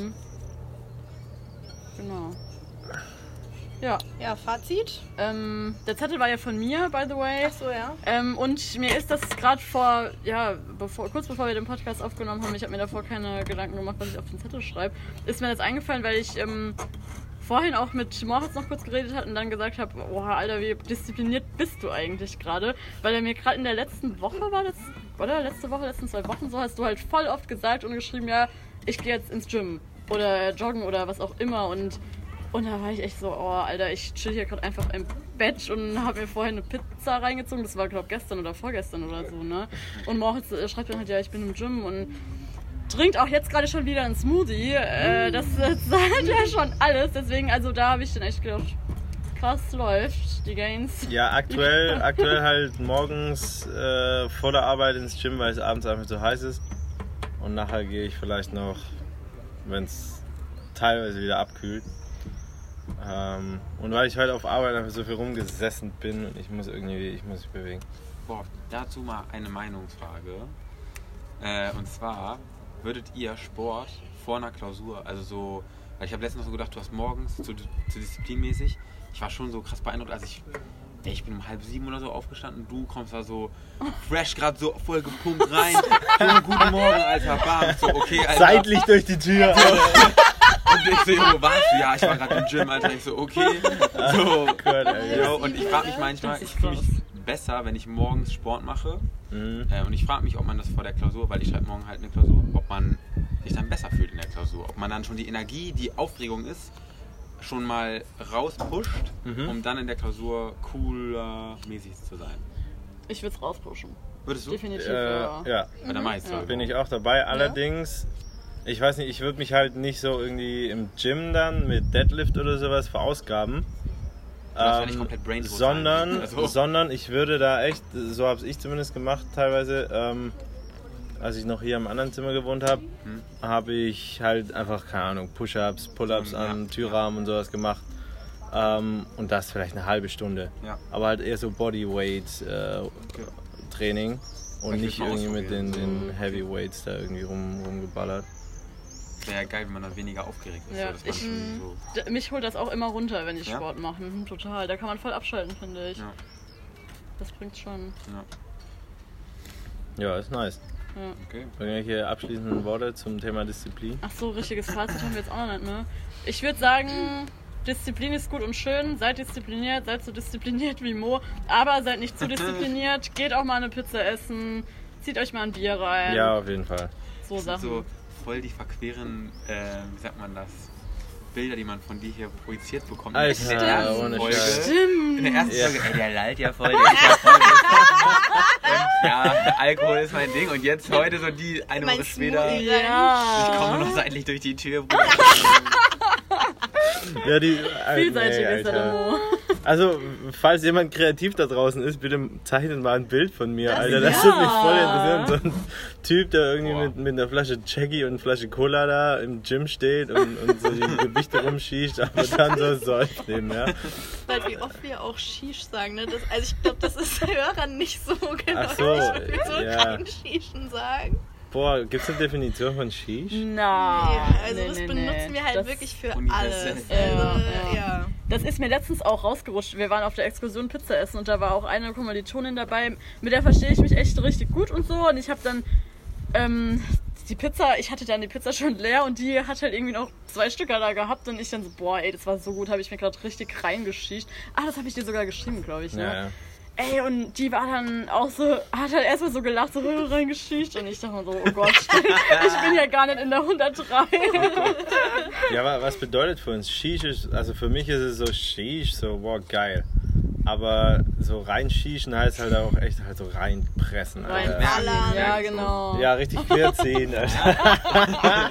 Ja, Fazit? Der Zettel war ja von mir, by the way. Ach so, ja. Und mir ist das gerade kurz bevor wir den Podcast aufgenommen haben, ich habe mir davor keine Gedanken gemacht, was ich auf den Zettel schreibe, ist mir das eingefallen, weil ich vorhin auch mit Moritz noch kurz geredet hat und dann gesagt habe, oha, Alter, wie diszipliniert bist du eigentlich gerade? Weil er mir gerade in der letzten Woche war das, oder letzten 2 Wochen so, hast du halt voll oft gesagt und geschrieben, ja, ich gehe jetzt ins Gym oder joggen oder was auch immer und da war ich echt so, oh Alter, ich chill hier gerade einfach im Bett und habe mir vorhin eine Pizza reingezogen, das war glaube gestern oder vorgestern oder so, ne? Und Moritz schreibt dann halt, ja, ich bin im Gym und trinkt auch jetzt gerade schon wieder einen Smoothie, das sagt ja schon alles, deswegen, also da habe ich dann echt gedacht, krass läuft, die Gains. Ja, aktuell halt morgens vor der Arbeit ins Gym, weil es abends einfach zu heiß ist. Und nachher gehe ich vielleicht noch, wenn es teilweise wieder abkühlt. Und weil ich heute auf Arbeit einfach so viel rumgesessen bin und ich muss mich bewegen. Boah, dazu mal eine Meinungsfrage. Und zwar, würdet ihr Sport vor einer Klausur, also so, weil ich habe letztens noch so gedacht, du hast morgens zu disziplinmäßig, ich war schon so krass beeindruckt, als ich bin um 6:30 oder so aufgestanden, du kommst da so fresh, gerade so voll gepumpt rein, so guten Morgen, Alter, bam, so okay, Alter. Seitlich durch die Tür. Und ich so, wo warst du? Ja, ich war gerade im Gym, Alter, ich so, okay. So, und ich frage mich manchmal, ich fühle mich besser, wenn ich morgens Sport mache. Und ich frage mich, ob man das vor der Klausur, weil ich schreibe morgen halt eine Klausur, ob man sich dann besser fühlt in der Klausur. Ob man dann schon die Energie, die Aufregung ist, schon mal rauspusht, um dann in der Klausur cooler mäßig zu sein. Ich würde es rauspushen. Würdest du? Definitiv, ja. Bei der Meister. Bin ich auch dabei. Allerdings, ich weiß nicht, ich würde mich halt nicht so irgendwie im Gym dann mit Deadlift oder sowas verausgaben. Sondern ich würde da echt, so habe ich zumindest gemacht teilweise, als ich noch hier im anderen Zimmer gewohnt habe, habe ich halt einfach, keine Ahnung, Push-Ups, Pull-Ups an Türrahmen und sowas gemacht. Und das vielleicht eine halbe Stunde. Ja. Aber halt eher so Bodyweight-Training und nicht irgendwie mit den Heavyweights da irgendwie rumgeballert. Wäre ja geil, wenn man dann weniger aufgeregt ist. Ja, mich holt das auch immer runter, wenn ich Sport mache. Total. Da kann man voll abschalten, finde ich. Ja. Das bringt schon. Ja, ist nice. Ja. Okay. Irgendwelche abschließenden Worte zum Thema Disziplin? Ach so, richtiges Fazit haben wir jetzt auch noch nicht, ne? Ich würde sagen, Disziplin ist gut und schön. Seid diszipliniert, seid so diszipliniert wie Mo. Aber seid nicht zu diszipliniert. Geht auch mal eine Pizza essen. Zieht euch mal ein Bier rein. Ja, auf jeden Fall. So Sachen. So voll die verqueren, wie sagt man das, Bilder, die man von dir hier projiziert bekommt. Alter, in der ersten ohne Folge. Stimmt. In der ersten Folge, der lallt ja voll. Ja, Alkohol ist mein Ding. Und jetzt heute so eine Woche später, ich komme nur noch seitlich durch die Tür. Ja, vielseitig ist der Mo. Also, falls jemand kreativ da draußen ist, bitte zeichnet mal ein Bild von mir, Alter. Das würde mich voll interessieren. So ein Typ, der irgendwie mit einer Flasche Jackie und einer Flasche Cola da im Gym steht und so die Gewichte rumschießt, aber dann so säuft nehmen, ja. Weil wie oft wir auch Shish sagen, ne? Also ich glaube, das ist den Hörern nicht so genau. Ach so, ich will kein Shishen sagen. Boah, gibt es eine Definition von Shish? Nein. Das benutzen wir halt wirklich für alles. Ja. Das ist mir letztens auch rausgerutscht. Wir waren auf der Exkursion Pizza essen und da war auch eine Kommilitonin dabei, mit der verstehe ich mich echt richtig gut und so. Und ich habe dann ich hatte dann die Pizza schon leer und die hat halt irgendwie noch 2 Stücker da gehabt und ich dann so, boah ey, das war so gut, habe ich mir gerade richtig reingeschießt. Das habe ich dir sogar geschrieben, glaube ich, ne? Ja. Ey, und die war dann auch so, hat halt erstmal so gelacht, so reingeschicht und ich dachte mir so, oh Gott, ich bin ja gar nicht in der 103. Ja, aber was bedeutet für uns Shish? Also für mich ist es so Shish, so wow, geil. Aber so reinschießen heißt halt auch echt halt so reinpressen. Reinballern. Ja, genau. Ja, richtig querziehen, Alter.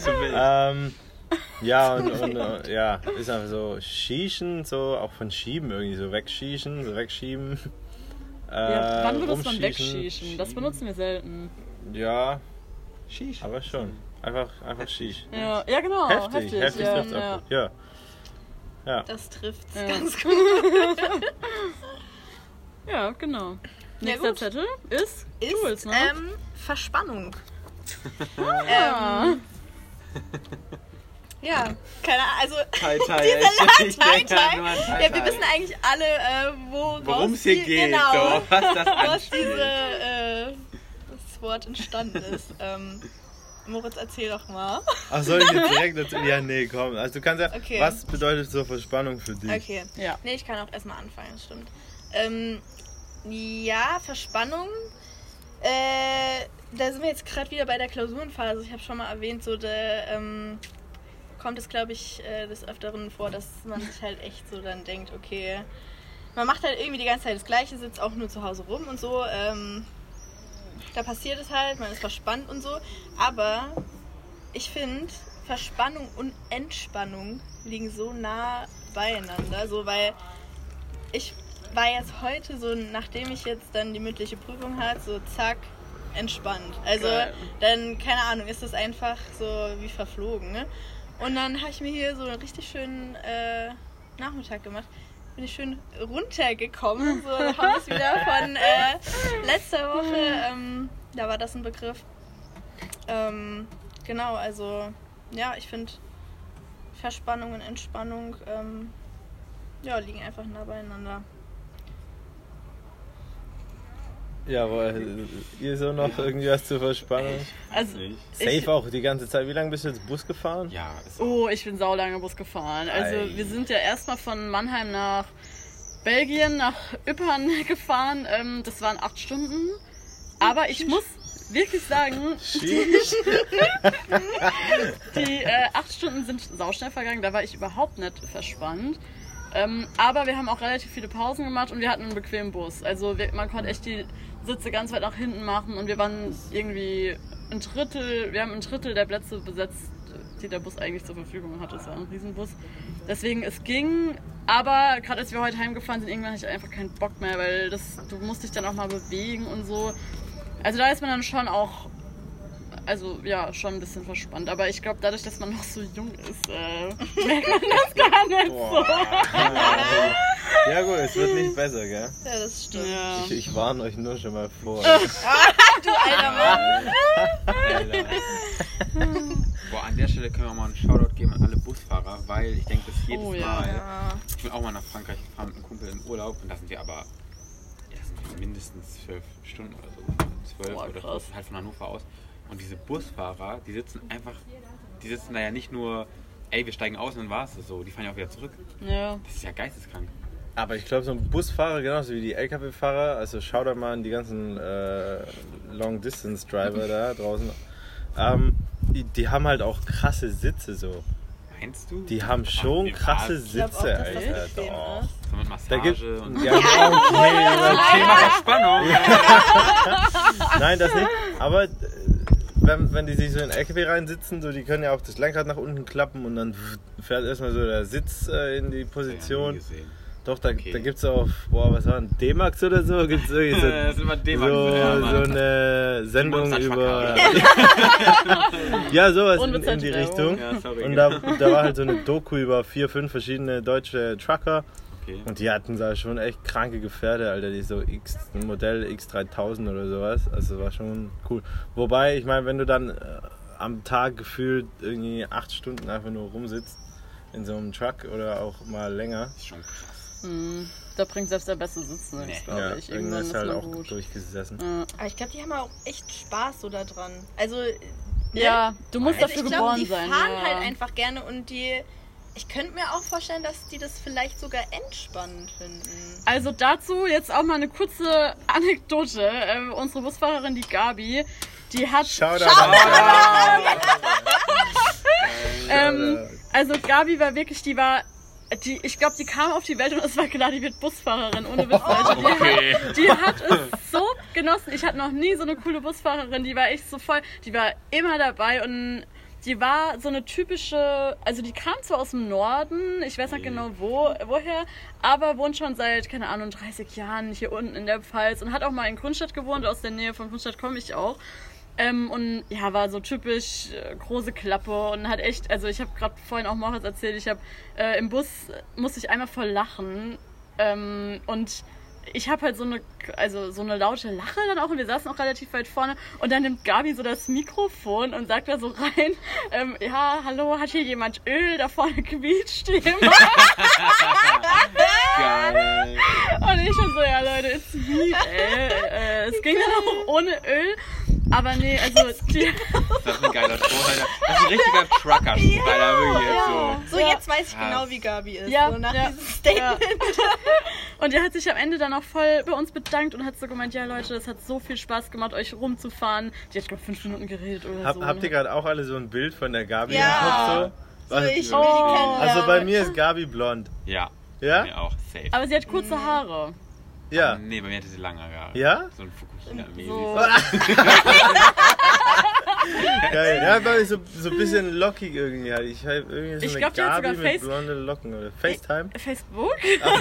Ja, und ja, ist einfach so schießen, so auch von schieben irgendwie, so wegschießen, so wegschieben. Wann benutzt man wegschießen? Das benutzen wir selten. Ja, aber schon. Einfach schieß. Ja, genau. Heftig trifft's auch gut. Ja. Das trifft's ganz gut. Ja, genau. Nächster Zettel ist Tools, ne? Verspannung. Ja, keine Ahnung, also ja, wir wissen eigentlich alle, worum es hier geht, genau, was das Wort entstanden ist. Moritz, erzähl doch mal. Ach, soll ich jetzt direkt dazu? Ja, nee, komm. Also du kannst ja, was bedeutet so Verspannung für dich? Okay, ja. Nee, ich kann auch erstmal anfangen, das stimmt. Ja, Verspannung, da sind wir jetzt gerade wieder bei der Klausurenphase. Ich habe schon mal erwähnt, so kommt es, glaube ich, des Öfteren vor, dass man sich halt echt so dann denkt, okay, man macht halt irgendwie die ganze Zeit das Gleiche, sitzt auch nur zu Hause rum und so. Da passiert es halt, man ist verspannt und so. Aber ich finde, Verspannung und Entspannung liegen so nah beieinander, so, weil ich war jetzt heute so, nachdem ich jetzt dann die mündliche Prüfung hatte, so zack, entspannt. Also dann, keine Ahnung, ist das einfach so wie verflogen. Ne? Und dann habe ich mir hier so einen richtig schönen Nachmittag gemacht. Bin ich schön runtergekommen. So haben wir es wieder von letzter Woche. Da war das ein Begriff. Genau, also ja, ich finde Verspannung und Entspannung liegen einfach nah beieinander. Ja, aber ihr so noch irgendwie was zur Verspannung? Also Safe auch die ganze Zeit. Wie lange bist du jetzt Bus gefahren? Ja. Ich bin saulange Bus gefahren. Also wir sind ja erstmal von Mannheim nach Belgien, nach Ypern gefahren. Das waren 8 Stunden. Aber ich muss wirklich sagen, die 8 Stunden sind sauschnell vergangen. Da war ich überhaupt nicht verspannt. Aber wir haben auch relativ viele Pausen gemacht und wir hatten einen bequemen Bus. Also man konnte echt die Sitze ganz weit nach hinten machen und wir waren irgendwie ein Drittel der Plätze besetzt, die der Bus eigentlich zur Verfügung hatte. Es war ein Riesenbus. Deswegen, es ging, aber gerade als wir heute heimgefahren sind, irgendwann hatte ich einfach keinen Bock mehr, weil du musst dich dann auch mal bewegen und so. Also da ist man dann schon auch, schon ein bisschen verspannt. Aber ich glaube, dadurch, dass man noch so jung ist, merkt man das gar nicht so. Ja gut, es wird nicht besser, gell? Ja, das stimmt. Ja. Ich warne euch nur schon mal vor. Du alter Mann! Boah, an der Stelle können wir mal einen Shoutout geben an alle Busfahrer, weil ich denke, das jedes Mal. Ja. Ich bin auch mal nach Frankreich gefahren mit einem Kumpel im Urlaub und da sind wir aber mindestens 12 Stunden oder so. 12 oder so, halt von Hannover aus. Und diese Busfahrer, die sitzen da ja nicht nur, wir steigen aus und dann war es das so. Die fahren ja auch wieder zurück. Ja. Das ist ja geisteskrank. Aber ich glaube, so ein Busfahrer, genauso wie die LKW-Fahrer, also schau da mal an die ganzen Long-Distance-Driver da draußen, die haben halt auch krasse Sitze so. Meinst du? Die haben schon krasse Sitze, Alter. Doch. So mit Massage Da gibt, und... ja, okay, Thema Verspannung. Nein, das nicht. Aber wenn die sich so in den LKW reinsitzen, so, die können ja auch das Lenkrad nach unten klappen und dann fährt erstmal so der Sitz in die Position. Doch, da gibt es auf, was war ein D-Max oder so? Gibt's irgendwie so, das ist immer D-Max. so eine Sendung über... ja, sowas in die Richtung. Ja, sorry, und da war halt so eine Doku über 4, 5 verschiedene deutsche Trucker. Okay. Und die hatten da schon echt kranke Gefährte, Alter, die so Modell X3000 oder sowas. Also war schon cool. Wobei, ich meine, wenn du dann am Tag gefühlt irgendwie 8 Stunden einfach nur rumsitzt in so einem Truck oder auch mal länger. Ist schon krass. Da bringt selbst der beste Sitz nichts, glaube ich. Irgendwann ist halt auch gut durchgesessen. Ja. Aber ich glaube, die haben auch echt Spaß so da dran. Also, ja, du musst dafür geboren sein. Die fahren halt einfach gerne und ich könnte mir auch vorstellen, dass die das vielleicht sogar entspannend finden. Also dazu jetzt auch mal eine kurze Anekdote. Unsere Busfahrerin, die Gabi, die hat... Also Gabi war wirklich, ich glaube, die kam auf die Welt und es war klar, die wird Busfahrerin, ohne Witz. Okay. Die hat es so genossen. Ich hatte noch nie so eine coole Busfahrerin, die war echt so voll, die war immer dabei und die war so eine typische, also die kam zwar aus dem Norden, ich weiß nicht genau woher, aber wohnt schon seit, keine Ahnung, 30 Jahren hier unten in der Pfalz und hat auch mal in Grünstadt gewohnt, aus der Nähe von Grünstadt komme ich auch. Und ja, war so typisch große Klappe und hat echt, also ich habe gerade vorhin auch Moritz erzählt, im Bus musste ich einmal voll lachen und ich habe halt so eine laute Lache dann auch und wir saßen auch relativ weit vorne und dann nimmt Gabi so das Mikrofon und sagt da so rein, ja, hallo, hat hier jemand Öl? Da vorne quietscht jemand. Geil. Und ich schon so, ja Leute, it's me, es ging dann auch ohne Öl. Aber nee, also das ist ein geiler Spruch, Alter. Das ist ein richtiger Trucker-Spruch, Alter. Wirklich jetzt so. So, jetzt weiß ich genau, wie Gabi ist. Ja, so nach diesem Statement. Und er hat sich am Ende dann auch voll bei uns bedankt und hat so gemeint, ja Leute, das hat so viel Spaß gemacht, euch rumzufahren. Die hat, glaube ich, 5 Minuten geredet oder so. Habt ihr gerade auch alle so ein Bild von der Gabi im Kopf? So, ich will die kennen. Also bei mir ist Gabi blond. Ja. Ja? Bei mir auch, safe. Aber sie hat kurze Haare. Ja. Nee, bei mir hatte sie lange Haare. Ja? So ein Fukushima-mäßig. So. Geil. Ja, weil ich so ein bisschen lockig irgendwie halt. Ich habe irgendwie so eine glaub, Gabi mit blonde Locken oder FaceTime. Facebook?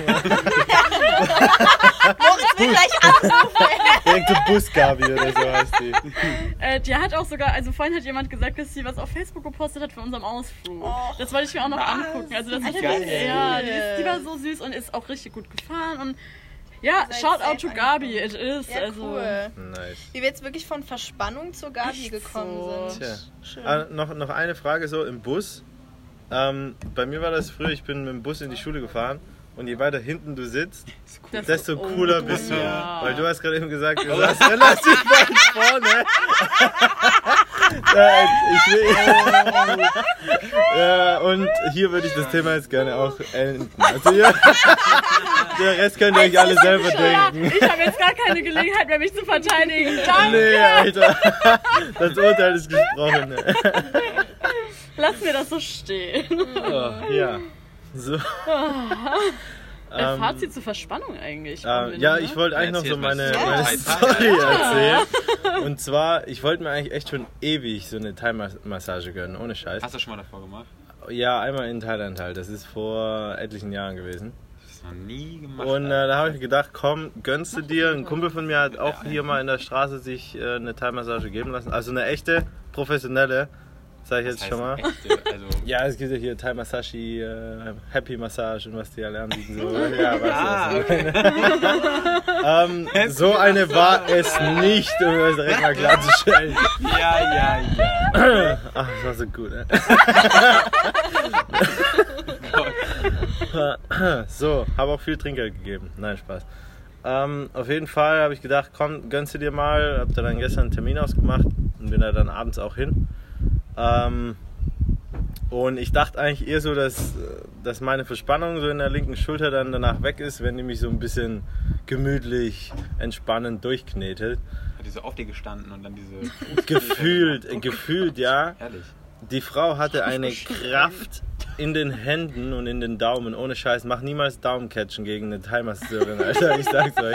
Moritz will gleich anrufen. Irgendeine Bus-Gabi oder so heißt die. Die hat auch sogar, also vorhin hat jemand gesagt, dass sie was auf Facebook gepostet hat für unseren Ausflug. Das wollte ich mir auch noch angucken. Also das ist geil. die war so süß und ist auch richtig gut gefahren und ja, shout out to Gabi, it is. Ja, also cool. Nice. Wie wir jetzt wirklich von Verspannung zur Gabi gekommen sind. Tja. Schön. Noch eine Frage so im Bus. Bei mir war das früher, ich bin mit dem Bus in die Schule gefahren und je weiter hinten du sitzt, desto cooler bist du. Ja. Weil du hast gerade eben gesagt, du saßt relativ weit vorne. Ja, und hier würde ich das Thema jetzt gerne auch enden. Also hier, der Rest könnt ihr euch alle selber denken. Ich habe jetzt gar keine Gelegenheit mehr, mich zu verteidigen. Danke. Nee, Alter. Das Urteil ist gesprochen. Lass mir das so stehen. Ja. So. Fazit zur Verspannung eigentlich. Ja, ich wollte eigentlich noch so meine Story Story erzählen. Und zwar, ich wollte mir eigentlich echt schon ewig so eine Thai-Massage gönnen, ohne Scheiß. Hast du schon mal davor gemacht? Ja, einmal in Thailand halt. Das ist vor etlichen Jahren gewesen. Das ist noch nie gemacht. Und da habe ich gedacht, komm, gönnst du dir. Ein Kumpel von mir hat auch hier mal in der Straße sich eine Thai-Massage geben lassen. Also eine echte, professionelle. Sag ich jetzt schon mal. Echte, also Ja, es gibt ja hier Thai Massage, Happy Massage und was die alle anbieten. So. Ja, was so eine war es nicht, um das direkt mal klarzustellen. ja. Ach, das war so gut, ne? So, habe auch viel Trinkgeld gegeben. Nein, Spaß. Auf jeden Fall habe ich gedacht, komm, gönnst du dir mal. Hab da dann gestern einen Termin ausgemacht und bin da dann abends auch hin. Und ich dachte eigentlich eher so, dass meine Verspannung so in der linken Schulter dann danach weg ist, wenn die mich so ein bisschen gemütlich, entspannend durchknetet. Hat die so auf dir gestanden und dann diese... Gefühlt, ja. Herrlich. Die Frau hatte eine Kraft in den Händen und in den Daumen. Ohne Scheiß, mach niemals Daumencatchen gegen eine Thai-Masseurin, Alter, ich sag's euch.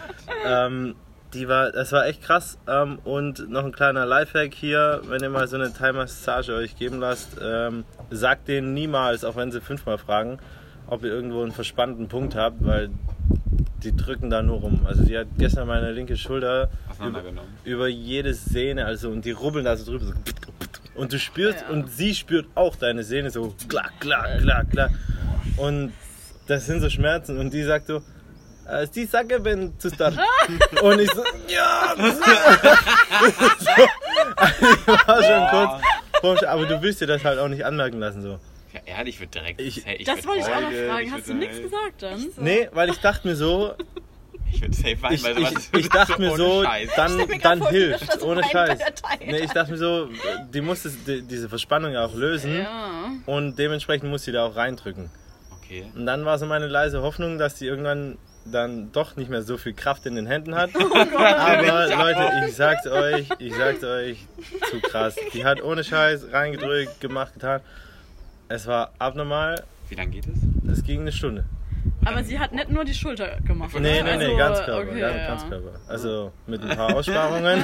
Das war echt krass. Und noch ein kleiner Lifehack hier, wenn ihr mal so eine Thai-Massage euch geben lasst, sagt denen niemals, auch wenn sie 5-mal fragen, ob ihr irgendwo einen verspannten Punkt habt, weil die drücken da nur rum. Also die hat gestern meine linke Schulter über jede Sehne, also und die rubbeln da so drüber. So, und du spürst, und sie spürt auch deine Sehne so klack. Und das sind so Schmerzen und die sagt so, sie sagen, wenn zu stark. Und ich so, ja. So, ich war schon kurz, aber du willst dir das halt auch nicht anmerken lassen so. Ja, ehrlich, ich würde direkt... Das wollte ich auch noch fragen. Hast du nichts gesagt dann? Nee, weil ich dachte mir so... Ich würde safe weinen, weil sowas ich dachte mir so, dann hilft, so ohne Scheiß. Thai. Nee, ich dachte mir so, die muss diese Verspannung ja auch lösen. Ja. Und dementsprechend muss sie da auch reindrücken. Okay. Und dann war so meine leise Hoffnung, dass die irgendwann dann doch nicht mehr so viel Kraft in den Händen hat. Aber Leute, ich sag's euch, zu krass. Die hat ohne Scheiß reingedrückt, gemacht, getan. Es war abnormal. Wie lange geht es? Es ging eine Stunde. Aber sie hat nicht nur die Schulter gemacht. Nee, also, Ganzkörper. Okay, Ganzkörper. Also mit ein paar Aussparungen.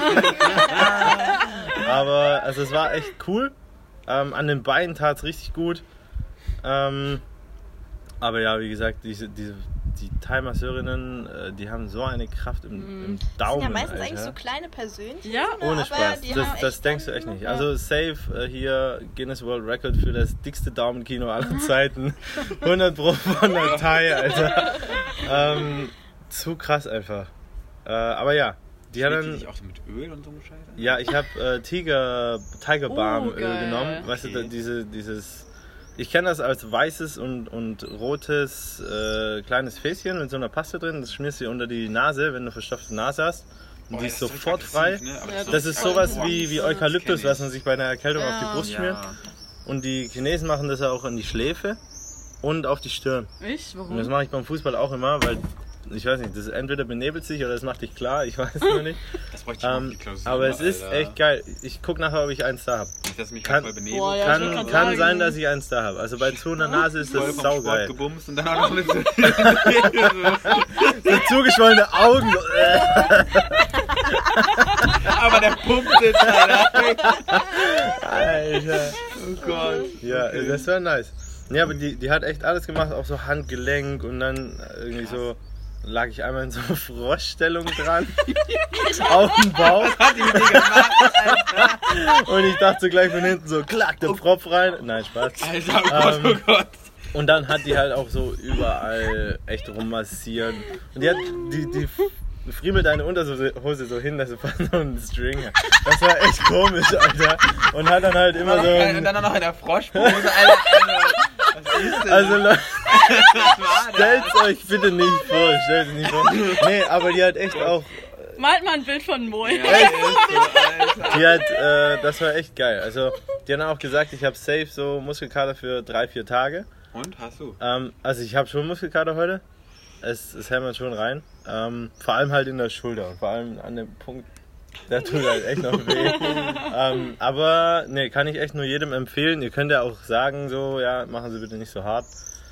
Aber also es war echt cool. An den Beinen tat's richtig gut. Aber ja, wie gesagt, die Thai-Masseurinnen, die haben so eine Kraft im Daumen. Das sind ja meistens Alter. eigentlich so kleine Persönchen. Ja, ohne Spaß. Das denkst du echt nicht. Also safe hier Guinness World Record für das dickste Daumenkino aller Zeiten. 100% von der Thai, Alter. Zu krass einfach. Aber ja. Die hat dann, auch so mit Öl und so eine Scheiße? Ja, ich habe Tiger Balm Öl genommen. Weißt du, dieses... Ich kenne das als weißes und rotes kleines Fäßchen mit so einer Paste drin. Das schmierst du unter die Nase, wenn du verstopfte Nase hast. Und die ist sofort frei. Ne? Das ist sowas wie Eukalyptus, was man sich bei einer Erkältung auf die Brust schmiert. Und die Chinesen machen das auch an die Schläfe und auf die Stirn. Warum? Und das mache ich beim Fußball auch immer, weil... Ich weiß nicht, das entweder benebelt sich oder es macht dich klar, ich weiß nur nicht. Das bräuchte ich auch die Klausur, aber es ist echt geil. Ich guck nachher, ob ich eins da habe. Nicht, dass mich halt voll benebelt. Kann sein, dass ich eins da habe. Also bei zu einer Nase ist das saugeil. Gebumst und dann auch noch mit so zugeschwollene Augen. Aber der pumpt jetzt, Alter. Alter. Oh Gott. Ja, das war nice. Ja, aber die hat echt alles gemacht, auch so Handgelenk und dann irgendwie so lag ich einmal in so Froschstellung dran. Auf dem Bauch. Was hat die mit dir gemacht, Alter? Und ich dachte so gleich von hinten so, klack, der Pfropf rein. Nein, Spaß. Alter, oh Gott. Und dann hat die halt auch so überall echt rummassiert. Und die hat die friemelt deine Unterhose so hin, dass du fast so einen String hast. Das war echt komisch, Alter. Und hat dann halt immer so... Und dann noch in der Froschpose, Alter. Was ist denn? Also Leute, stellt's euch bitte nicht vor, Nee, aber die hat echt auch... Malt mal ein Bild von Moi. Ja, ist so, Alter. Die hat, das war echt geil. Also, die haben auch gesagt, ich habe safe so Muskelkater für 3-4 Tage. Und, hast du? Also ich habe schon Muskelkater heute. Es hämmert schon rein. Vor allem halt in der Schulter und vor allem an dem Punkt, der tut halt echt noch weh. Aber ne, kann ich echt nur jedem empfehlen. Ihr könnt ja auch sagen so, ja, machen Sie bitte nicht so hart.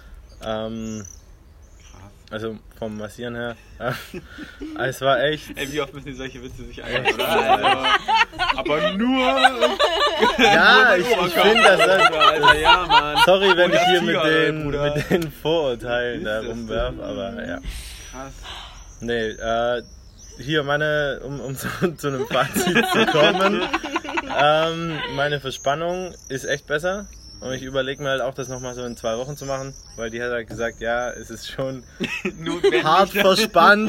Also vom Massieren her. Es war echt... Ey, wie oft müssen die solche Witze sich anhören, oder? Also, aber nur... Ja, ich finde das... Alter, ja, Mann. Sorry, wenn ich hier Tiger, mit den Vorurteilen da rumwerf, aber ja. Krass. Nee, hier um zu einem Fazit zu kommen. Meine Verspannung ist echt besser. Und ich überlege mir halt auch, das nochmal so in 2 Wochen zu machen, weil die hat halt gesagt, ja, es ist schon hart verspannt.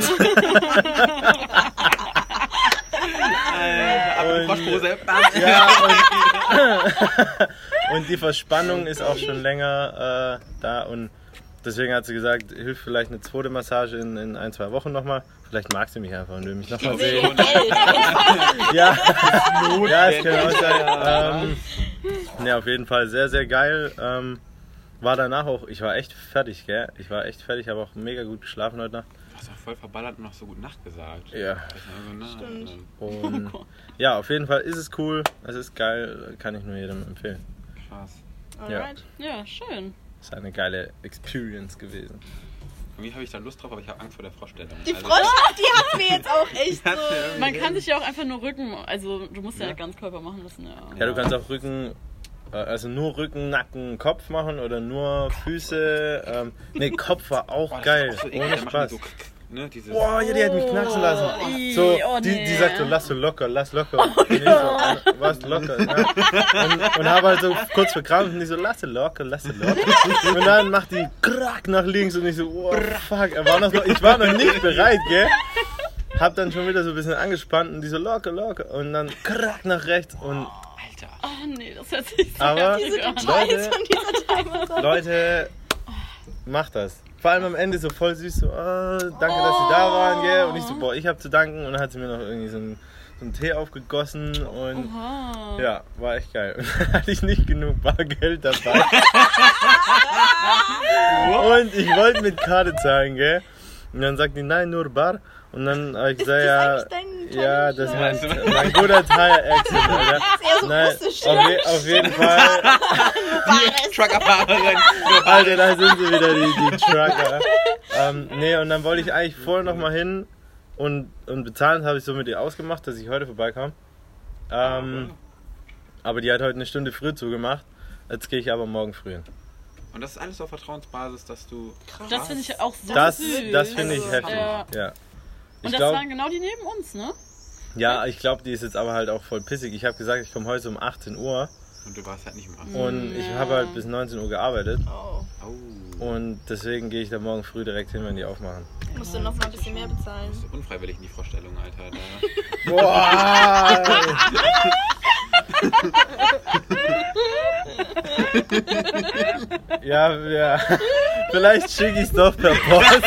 Und die Verspannung ist auch schon länger da und deswegen hat sie gesagt, hilft vielleicht eine zweite Massage in 1-2 Wochen nochmal. Vielleicht mag sie mich einfach und will mich nochmal sehen. Ja, es kann auch sein. Ne, auf jeden Fall sehr, sehr geil. War danach auch, ich war echt fertig, gell? Ich war echt fertig, habe auch mega gut geschlafen heute Nacht. Du hast auch voll verballert und noch so gut Nacht gesagt. Ja. Stimmt. Und ja, auf jeden Fall ist es cool, es ist geil, kann ich nur jedem empfehlen. Krass. Alright. Ja, schön. Ist eine geile Experience gewesen. Irgendwie habe ich da Lust drauf, aber ich habe Angst vor der Froschstellung. Die Frosch, die hat mir jetzt auch echt so... Man kann sich ja auch einfach nur Rücken, also du musst ja Ganzkörper machen müssen. Ja, du kannst auch Rücken, also nur Rücken, Nacken, Kopf machen oder nur Füße. Ne, Kopf war auch geil, so ohne Spaß. So, ne, Boah, ja, die hat mich knacksen lassen. So, die sagt so, lass so locker. Und ich so, was locker? Ne? Und habe halt so kurz verkrampft und die so, lass locker. Und dann macht die krack nach links und ich so, oh fuck, ich war noch nicht bereit, gell? Hab dann schon wieder so ein bisschen angespannt und die so locker. Und dann krack nach rechts und... Alter. Oh nee, das hört sich so Aber an. Leute, macht das. Vor allem am Ende so voll süß, so, danke, dass Sie da waren, gell? Und ich so, boah, ich hab zu danken. Und dann hat sie mir noch irgendwie so einen Tee aufgegossen und ja, war echt geil. Und dann hatte ich nicht genug Bargeld dabei. Und ich wollte mit Karte zahlen, gell? Und dann sagt die, nein, nur Bar. Und dann habe ich gesagt, ja, das ist mein guter Thai-Accent, Alter. So nein, auf jeden Fall. Die Truckerfahrerin. Alter, da sind sie wieder, die Trucker. Nee, und dann wollte ich eigentlich vorher noch mal hin und bezahlen habe ich so mit ihr ausgemacht, dass ich heute vorbeikomme. Aber die hat heute eine Stunde früh zugemacht. Jetzt gehe ich aber morgen früh hin. Und das ist alles auf Vertrauensbasis, dass du... Krass. Das finde ich auch so das, süß. Das finde ich heftig, ja. Und das waren genau die neben uns, ne? Ja, ich glaube, die ist jetzt aber halt auch voll pissig. Ich habe gesagt, ich komme heute um 18 Uhr. Und du warst halt nicht um 18 Uhr. Und ich habe halt bis 19 Uhr gearbeitet. Oh. Und deswegen gehe ich da morgen früh direkt hin, wenn die aufmachen. Musst du noch mal ein bisschen mehr bezahlen. Du bist unfreiwillig in die Vorstellung, Alter. Boah! Ja. Vielleicht schicke ich es doch per Post.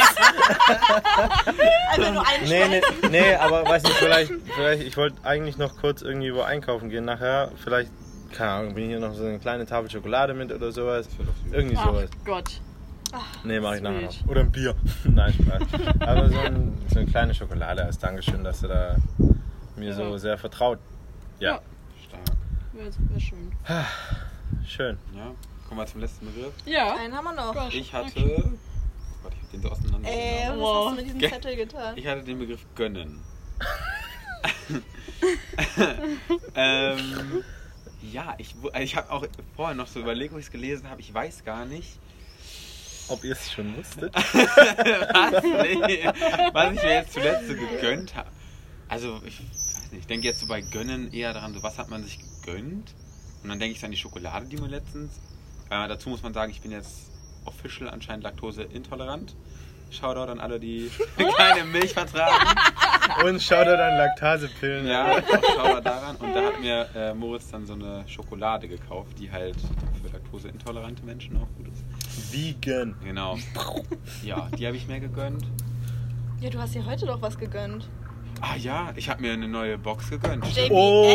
Also nur eine Nee, aber weiß nicht, vielleicht, ich wollte eigentlich noch kurz irgendwie wo einkaufen gehen nachher. Vielleicht, keine Ahnung, bin hier noch so eine kleine Tafel Schokolade mit oder sowas. Irgendwie sowas. Ach Gott. Nee, mache ich nachher noch. Oder ein Bier. Nein, Spaß. Aber so eine kleine Schokolade als Dankeschön, dass du da mir so sehr vertraut. Ja. Stark. Wäre schön. Schön. Ja. Kommen wir zum letzten Begriff. Ja. Einen haben wir noch. Gott. Ich hatte... Gott, ich hab den so auseinander. Was hast du mit diesem Zettel getan? Ich hatte den Begriff gönnen. Ja, ich habe auch vorher noch so überlegt, wo ich es gelesen habe. Ich weiß gar nicht. Ob ihr es schon wusstet? Was? Nee. Was ich mir jetzt zuletzt so gegönnt habe. Also, ich weiß nicht. Ich denke jetzt so bei Gönnen eher daran, so was hat man sich gegönnt? Und dann denke ich an die Schokolade, die mir letztens. Dazu muss man sagen, ich bin jetzt official anscheinend laktoseintolerant. Shoutout an alle, die keine Milch vertragen. Und Shoutout an Laktosepillen. Ja, auch Shoutout daran. Und da hat mir Moritz dann so eine Schokolade gekauft, die halt für laktoseintolerante Menschen auch gut ist. Vegan. Genau. Ja, die habe ich mir gegönnt. Ja, du hast dir heute doch was gegönnt. Ah ja, ich habe mir eine neue Box gegönnt. JBL,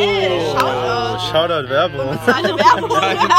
Shoutout Werbung. Bezahlte Werbung.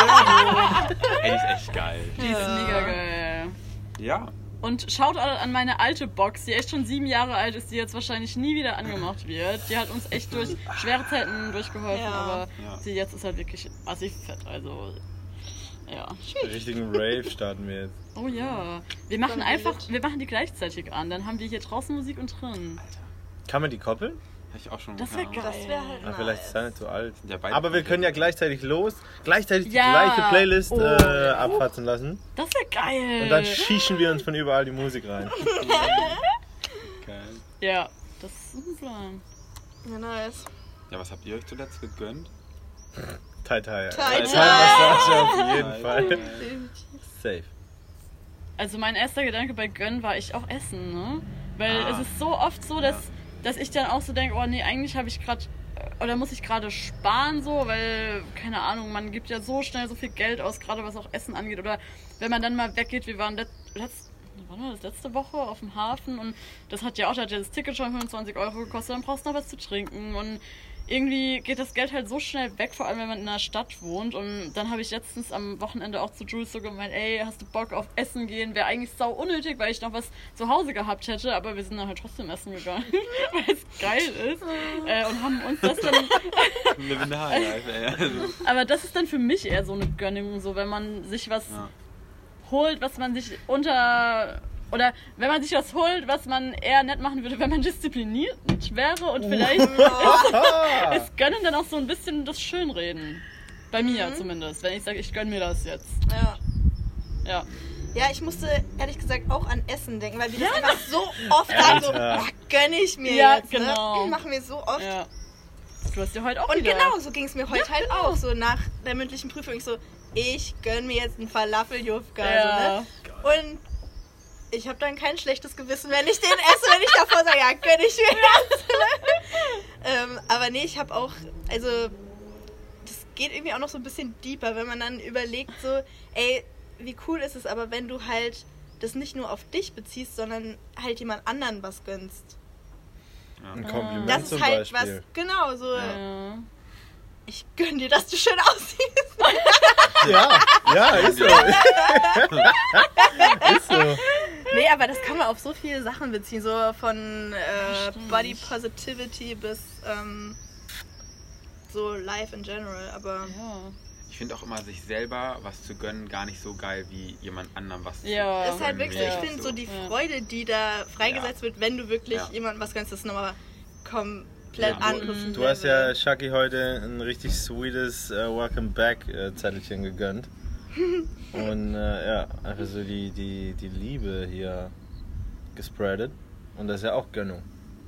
Ey, die ist echt geil. Die ist mega geil. Ja. Und Shoutout an meine alte Box, die echt schon 7 Jahre alt ist, die jetzt wahrscheinlich nie wieder angemacht wird. Die hat uns echt durch schwere Zeiten durchgeholfen, aber sie jetzt ist halt wirklich assi fett, also ja. Richtigen Rave starten wir jetzt. Oh ja. Wir machen die gleichzeitig an, dann haben wir hier draußen Musik und drin. Kann man die koppeln? Hab ich auch schon. Das wäre geil. Das wäre halt nice. Vielleicht ist es nicht so alt. Ja, Aber wir können ja gleichzeitig die gleiche Playlist abfatzen lassen. Das wäre geil. Und dann schießen wir uns von überall die Musik rein. Geil. Ja, das ist ein Plan. Ja, nice. Ja, was habt ihr euch zuletzt gegönnt? Thai. Thai. Auf jeden Fall. Safe. Also mein erster Gedanke bei Gönn war ich auch essen, ne? Weil es ist so oft so, dass ich dann auch so denke, oh nee, eigentlich habe ich gerade, oder muss ich gerade sparen so, weil, keine Ahnung, man gibt ja so schnell so viel Geld aus, gerade was auch Essen angeht. Oder wenn man dann mal weggeht, wir waren letzte Woche auf dem Hafen und da hat ja das Ticket schon 25 € gekostet, dann brauchst du noch was zu trinken und irgendwie geht das Geld halt so schnell weg, vor allem wenn man in einer Stadt wohnt. Und dann habe ich letztens am Wochenende auch zu Jules so gemeint, ey, hast du Bock auf Essen gehen? Wäre eigentlich sau unnötig, weil ich noch was zu Hause gehabt hätte, aber wir sind dann halt trotzdem essen gegangen, weil es geil ist. Und haben uns das dann... Aber das ist dann für mich eher so eine Gönnung, so wenn man sich was holt, was man sich oder wenn man sich was holt, was man eher nett machen würde, wenn man diszipliniert wäre und vielleicht ist Gönnen dann auch so ein bisschen das Schönreden. Bei mir zumindest, wenn ich sage, ich gönn mir das jetzt. Ja. Ja, ich musste ehrlich gesagt auch an Essen denken, weil wir das einfach so oft sagen, so, gönn ich mir jetzt. Genau. Ne? Machen wir so oft. Ja. Du hast ja heute auch Und wieder. genau, so ging es mir heute halt auch. So nach der mündlichen Prüfung, ich gönn mir jetzt einen Falafel-Jufka. Ja. So, ne? Und ich habe dann kein schlechtes Gewissen, wenn ich den esse, wenn ich davor sage, ja, gönn ich mir jetzt. Aber nee, ich habe auch, also das geht irgendwie auch noch so ein bisschen deeper, wenn man dann überlegt so, ey, wie cool ist es aber, wenn du halt das nicht nur auf dich beziehst, sondern halt jemand anderen was gönnst. Ja. Ein Kompliment das ist zum halt Beispiel. was, genau, so, ich gönn dir, dass du schön aussiehst. Ja, ist so. Ist so. Nee, aber das kann man auf so viele Sachen beziehen, so von Body Positivity bis so Life in general, aber... Ich finde auch immer, sich selber was zu gönnen, gar nicht so geil, wie jemand anderem was zu gönnen. Ist halt wirklich, ich finde so die Freude, die da freigesetzt wird, wenn du wirklich jemandem was gönnst, das ist nochmal komplett anderes. Du hast ja Shaki heute ein richtig sweetes Welcome Back Zettelchen gegönnt. Und einfach so die Liebe hier gespreadet. Und das ist ja auch Gönnung.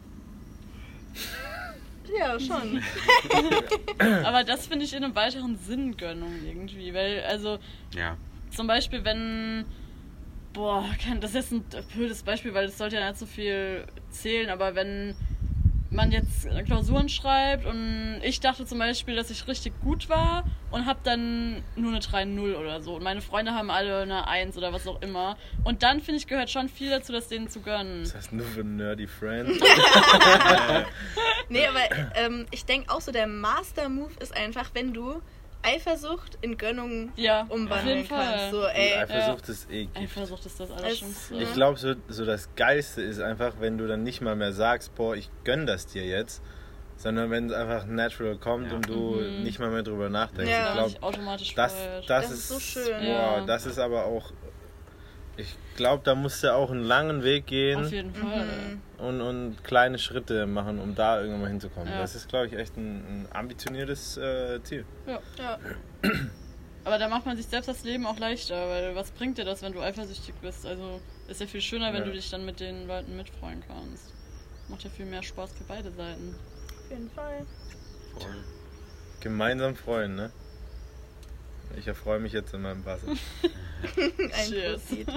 Ja, schon. Aber das finde ich in einem weiteren Sinn Gönnung irgendwie. Weil, also, zum Beispiel, wenn... das ist jetzt ein blödes Beispiel, weil das sollte ja nicht so viel zählen, aber wenn man jetzt Klausuren schreibt und ich dachte zum Beispiel, dass ich richtig gut war und habe dann nur eine 3,0 oder so und meine Freunde haben alle eine 1 oder was auch immer und dann finde ich, gehört schon viel dazu, das denen zu gönnen. Das heißt nur für nerdy Friends. Nee, aber ich denke auch so, der Master-Move ist einfach, wenn du Eifersucht in Gönnung umwandeln kannst. So, Eifersucht ist eklig. Eifersucht ist das Allerschlimmste. Ich glaube, so das Geilste ist einfach, wenn du dann nicht mal mehr sagst, boah, ich gönn das dir jetzt, sondern wenn es einfach natural kommt und du nicht mal mehr drüber nachdenkst. Ja. Ich glaube, automatisch das ist so schön. Boah, das ist aber auch Ich glaube, da musst du auch einen langen Weg gehen. Auf jeden Fall. Und kleine Schritte machen, um da irgendwann mal hinzukommen. Ja. Das ist, glaube ich, echt ein ambitioniertes Ziel. Ja. Aber da macht man sich selbst das Leben auch leichter, weil was bringt dir das, wenn du eifersüchtig bist? Also ist ja viel schöner, wenn du dich dann mit den Leuten mitfreuen kannst. Macht ja viel mehr Spaß für beide Seiten. Auf jeden Fall. Voll. Gemeinsam freuen, ne? Ich erfreue mich jetzt in meinem Wasser. Ein Cheers. Prosit.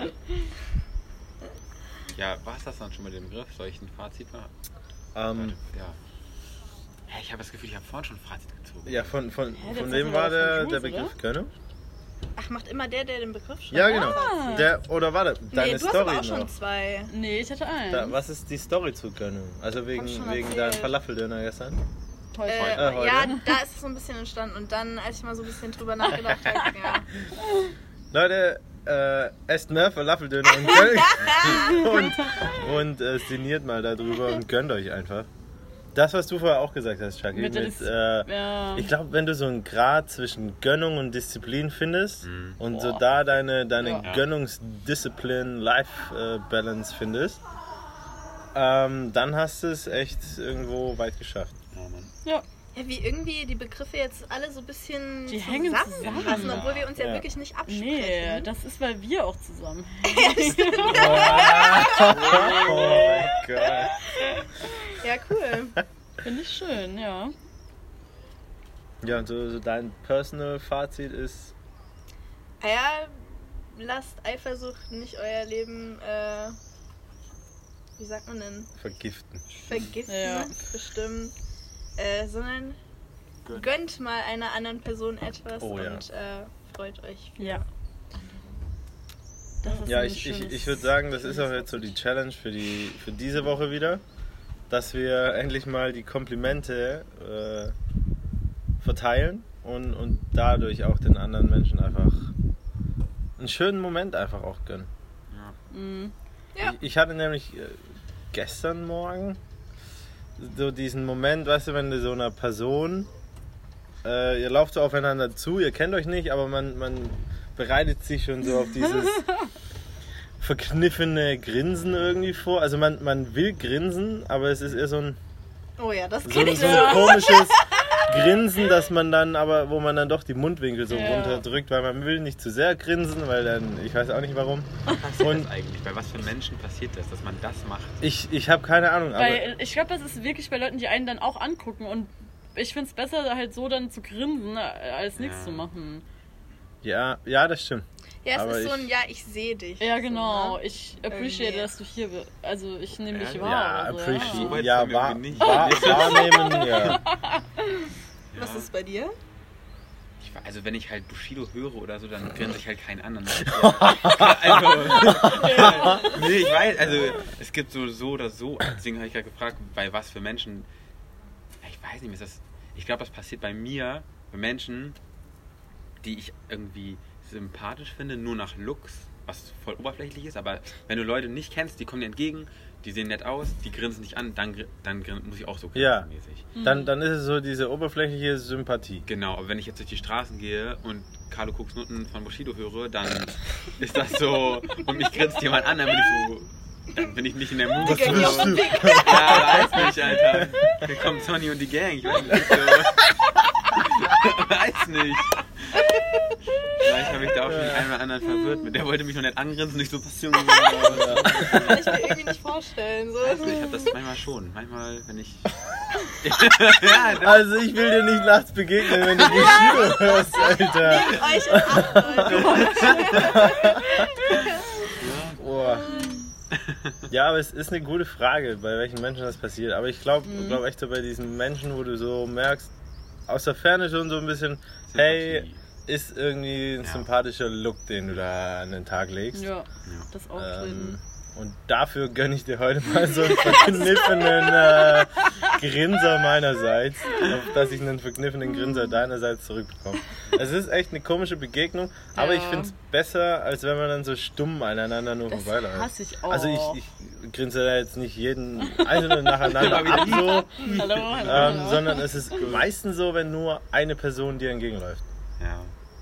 Ja, war es das dann schon mit dem Begriff? Soll ich ein Fazit machen? Ja. Hey, ich habe das Gefühl, ich habe vorhin schon ein Fazit gezogen. Ja, von das wem ist war aber der von Jules, Begriff? oder? Gönnung? Ach, macht immer der den Begriff schon? Ja, genau. Oder warte, deine Nee, du hast Story aber auch schon noch. 2. Nee, ich hatte einen. Was ist die Story zu Gönnung? Also wegen schon deinem erzählt. Falafeldöner gestern? Toll. heute? Ja, da ist es so ein bisschen entstanden. Und dann, als ich mal so ein bisschen drüber nachgedacht habe, ja. Leute, esst mehr Falafeldöner und sinniert mal darüber und gönnt euch einfach. Das, was du vorher auch gesagt hast, Chucky, Ja. ich glaube, wenn du so einen Grad zwischen Gönnung und Disziplin findest und so da deine Gönnungsdisziplin-Life-Balance findest, dann hast du es echt irgendwo weit geschafft. Ja, Mann. Ja. Ja, wie irgendwie die Begriffe jetzt alle so ein bisschen Die hängen zusammenpassen, zusammen. obwohl wir uns ja Ja. wirklich nicht absprechen. Nee, das ist, weil wir auch zusammen. Oh mein Gott. Ja, cool. Finde ich schön, ja. Ja, und so dein Personal-Fazit ist... Ja, lasst Eifersucht nicht euer Leben, wie sagt man denn? Vergiften. Vergiften, Ja. bestimmt. Sondern gönnt mal einer anderen Person etwas Oh, ja. und freut euch. Ja. Das ist Ja, ein ich schönes- würde sagen, das ist auch jetzt so die Challenge für diese Woche wieder, dass wir endlich mal die Komplimente verteilen und dadurch auch den anderen Menschen einfach einen schönen Moment einfach auch gönnen. Ja. Mhm. Ja. Ich hatte nämlich gestern Morgen so diesen Moment, weißt du, wenn du so einer Person, ihr lauft so aufeinander zu, ihr kennt euch nicht, aber man bereitet sich schon so auf dieses verkniffene Grinsen irgendwie vor. Also man will grinsen, aber es ist eher so ein Oh ja, das so kenne ich. ein komisches Grinsen, dass man dann aber, wo man dann doch die Mundwinkel so Ja. runterdrückt, weil man will nicht zu sehr grinsen, weil dann, ich weiß auch nicht warum. Passiert Und das eigentlich? Bei was für Menschen passiert das, dass man das macht? ich habe keine Ahnung, aber Weil ich glaube, das ist wirklich bei Leuten, die einen dann auch angucken und ich finde es besser, halt so dann zu grinsen, als nichts Ja. zu machen. ja, das stimmt. Ja, es Aber ist so ich- ein Ja, ich sehe dich. Ja, genau. So, ne? Ich appreciate, Irgendwie. dass du hier bist. Also ich nehme dich Ja, wahr. Ja, also, appreciate. So weit Ja, sind wir irgendwie nicht. wahrnehmen, ja. Was ist bei dir? Also wenn ich halt Bushido höre oder so, dann grinse ich halt keinen anderen. Also, nee, ich weiß, also es gibt so oder so. Deswegen habe ich gerade gefragt, bei was für Menschen. Ich weiß nicht, ist das. Ich glaube, das passiert bei mir, bei Menschen, die ich irgendwie sympathisch finde, nur nach Looks, was voll oberflächlich ist. Aber wenn du Leute nicht kennst, die kommen dir entgegen, die sehen nett aus, die grinsen dich an, dann muss ich auch so Ja. grinsenmäßig. Dann ist es so diese oberflächliche Sympathie. Genau, aber wenn ich jetzt durch die Straßen gehe und Carlo Cooks Nutten von Bushido höre, dann ist das so, und mich grinst jemand an, dann bin ich so, dann bin ich nicht in der Mut. Was willst du? Ja, weiß nicht, Alter. Hier kommt Sonny und die Gang, ich weiß nicht, so. Weiß nicht. Vielleicht habe ich da auch schon einen oder anderen verwirrt mit. Der wollte mich noch nicht angrinsen, nicht so passieren. Kann ich mir irgendwie nicht vorstellen. So. Also ich habe das manchmal schon. Manchmal, wenn ich... ja, das Also ich will dir nicht nachts begegnen, wenn du Bushido hörst, Alter. Nehmt euch in Acht, Leute. Boah. Ja, aber es ist eine gute Frage, bei welchen Menschen das passiert. Aber ich glaube echt so bei diesen Menschen, wo du so merkst, aus der Ferne schon so ein bisschen, hey, ist irgendwie ein Ja. sympathischer Look, den du da an den Tag legst. Ja, das Auftreten. Und dafür gönne ich dir heute mal so einen verkniffenen Grinser meinerseits, auf dass ich einen verkniffenen Grinser deinerseits zurückbekomme. Es ist echt eine komische Begegnung, aber Ja. ich finde es besser, als wenn man dann so stumm aneinander nur Das vorbeiläuft. hasse ich auch. Also ich grinse da jetzt nicht jeden einzelnen nacheinander ab, so, Hallo. sondern es ist meistens so, wenn nur eine Person dir entgegenläuft. Ja.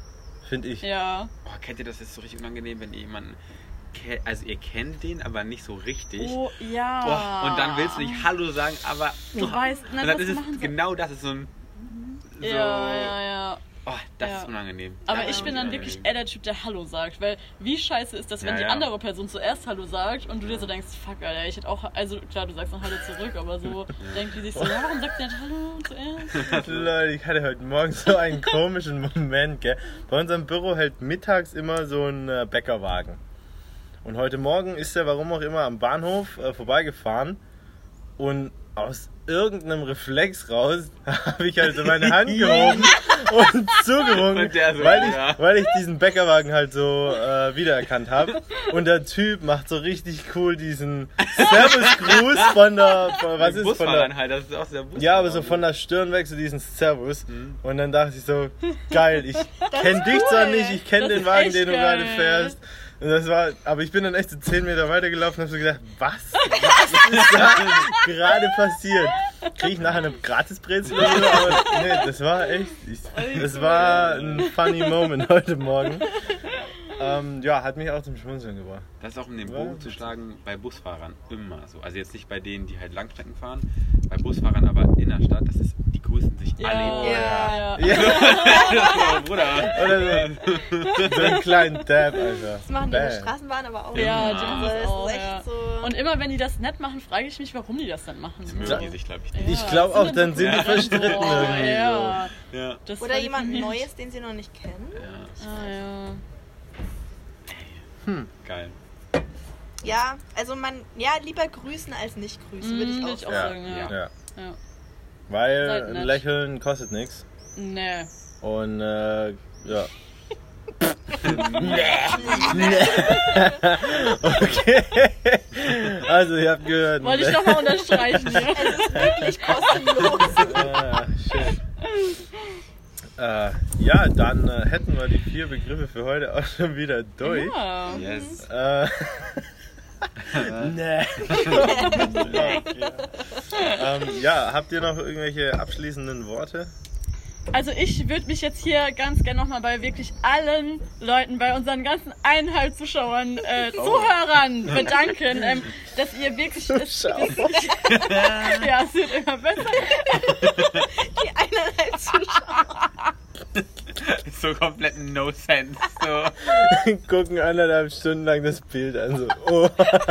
finde ich. Ja. Oh, kennt ihr das? Ist so richtig unangenehm, wenn ihr jemanden... Also ihr kennt den, aber nicht so richtig. Oh, ja. Oh, und dann willst du nicht Hallo sagen, aber... Du weißt, und dann ist es genau das, ist so ein... So, Ja. Oh, das ist unangenehm. Aber das ich bin dann wirklich eher der Typ, der Hallo sagt. Weil wie scheiße ist das, wenn die andere Person zuerst Hallo sagt und du dir so denkst, fuck, Alter, ich hätte auch... Also klar, du sagst dann Hallo zurück, aber so denkt die sich so, warum sagt der nicht Hallo zuerst? Leute, ich hatte heute Morgen so einen komischen Moment, gell. Bei unserem Büro hält mittags immer so ein Bäckerwagen. Und heute Morgen ist er, warum auch immer, am Bahnhof vorbeigefahren und aus irgendeinem Reflex raus habe ich halt so meine Hand gehoben und zugewunken, weil ich diesen Bäckerwagen halt so wiedererkannt habe. Und der Typ macht so richtig cool diesen Servus-Gruß von der... Was ist von der halt, das ist auch der Busfahrer. Ja, aber so von der Stirn weg, so diesen Servus. Und dann dachte ich so, geil, ich kenne dich zwar nicht, ich kenne den Wagen, den du gerade fährst. Und das war, aber ich bin dann echt so 10 Meter weitergelaufen und hab so gedacht, was ist da gerade passiert? Kriege ich nachher eine Gratisbrezel oder so? Aber nee, das war echt, das war ein funny Moment heute Morgen. Hat mich auch zum Schmunzeln gebracht. Das ist auch um den Bogen zu schlagen bei Busfahrern immer so. Also jetzt nicht bei denen, die halt Langstrecken fahren, bei Busfahrern aber in der Stadt, die grüßen sich alle. Ja. Bruder. Oder so einen kleinen Dab, Alter. Das machen die in der Straßenbahn aber auch. Ja, die machen das auch. Das ist echt so. Und immer wenn die das nett machen, frage ich mich, warum die das dann machen. Das mögen die sich, glaube ich, nicht. Ich glaube auch, dann sind die verstritten irgendwie. Ja. Oder jemand Neues, den sie noch nicht kennen. Ja. Geil. Ja, also lieber grüßen als nicht grüßen, würde ich auch sagen. Ja. Weil ein Lächeln kostet nichts. Nee. Und Okay. Also ihr habt gehört. Wollte ich nochmal unterstreichen. Es ist wirklich kostenlos. Schön. Dann hätten wir die 4 Begriffe für heute auch schon wieder durch. Ja. Yes. Habt ihr noch irgendwelche abschließenden Worte? Also ich würde mich jetzt hier ganz gerne nochmal bei wirklich allen Leuten, bei unseren ganzen 1,5 Zuschauern, Zuhörern bedanken, dass ihr wirklich... es wird immer besser. Die 1,5 Zuschauer. So komplett no sense. So. Gucken 1,5 Stunden lang das Bild an. So. Oh.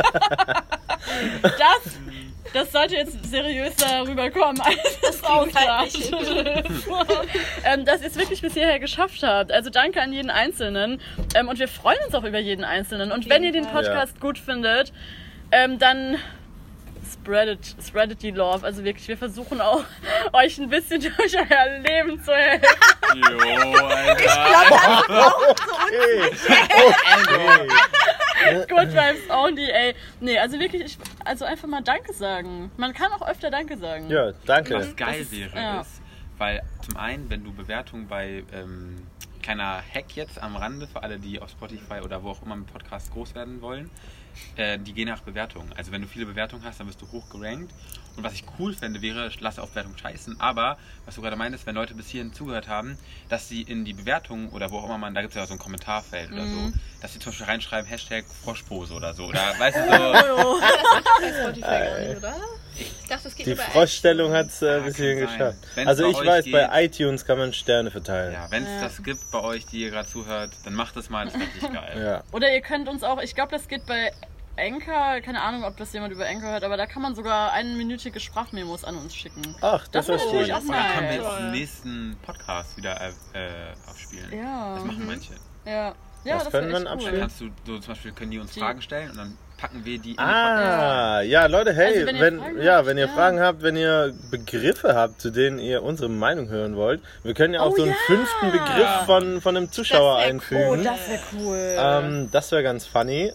Das sollte jetzt seriöser rüberkommen, als das aussah. Dass ihr es wirklich bis hierher geschafft habt. Also danke an jeden Einzelnen. Und wir freuen uns auch über jeden Einzelnen. Und wenn ihr den Podcast gut findet, dann spreadet die Love. Also wirklich, wir versuchen auch, euch ein bisschen durch euer Leben zu helfen. Jo, Alter. Ich glaube, das braucht so Good Vibes only, ey. Nee, also wirklich, also einfach mal Danke sagen. Man kann auch öfter Danke sagen. Ja, danke. Was geil wäre ist, weil zum einen, wenn du Bewertungen bei, kleiner Hack jetzt am Rande, für alle, die auf Spotify oder wo auch immer mit Podcast groß werden wollen, die gehen nach Bewertungen. Also wenn du viele Bewertungen hast, dann wirst du hoch gerankt. Und was ich cool fände, wäre, lasse auf Bewertung scheißen, aber, was du gerade meintest, wenn Leute bis hierhin zugehört haben, dass sie in die Bewertungen oder wo auch immer da gibt es ja so ein Kommentarfeld oder so, dass sie zum Beispiel reinschreiben, #Froschpose oder so, oder weißt du so. bei Spotify gar nicht, oder? Ich dachte, das geht Die Froschstellung hat es ein bisschen geschafft. Also ich weiß, bei iTunes kann man Sterne verteilen. Ja, wenn es das gibt bei euch, die ihr gerade zuhört, dann macht das mal, das ist richtig geil. Ja. Oder ihr könnt uns auch, ich glaube, das geht bei Anchor, keine Ahnung, ob das jemand über Anchor hört, aber da kann man sogar 1-minütige Sprachmemos an uns schicken. Ach, das ist cool. Und dann können wir jetzt im nächsten Podcast wieder aufspielen. Ja. Das machen manche. Ja. Was das können wir cool. abspielen? Kannst du so zum Beispiel, können die uns Fragen stellen und dann packen wir die in den Podcast. Ja, Leute, hey, also, wenn ihr Fragen habt, wenn ihr Begriffe habt, zu denen ihr unsere Meinung hören wollt, wir können ja auch so einen 5. Begriff von einem Zuschauer einfügen. Oh, das wäre cool. Das wäre ganz funny.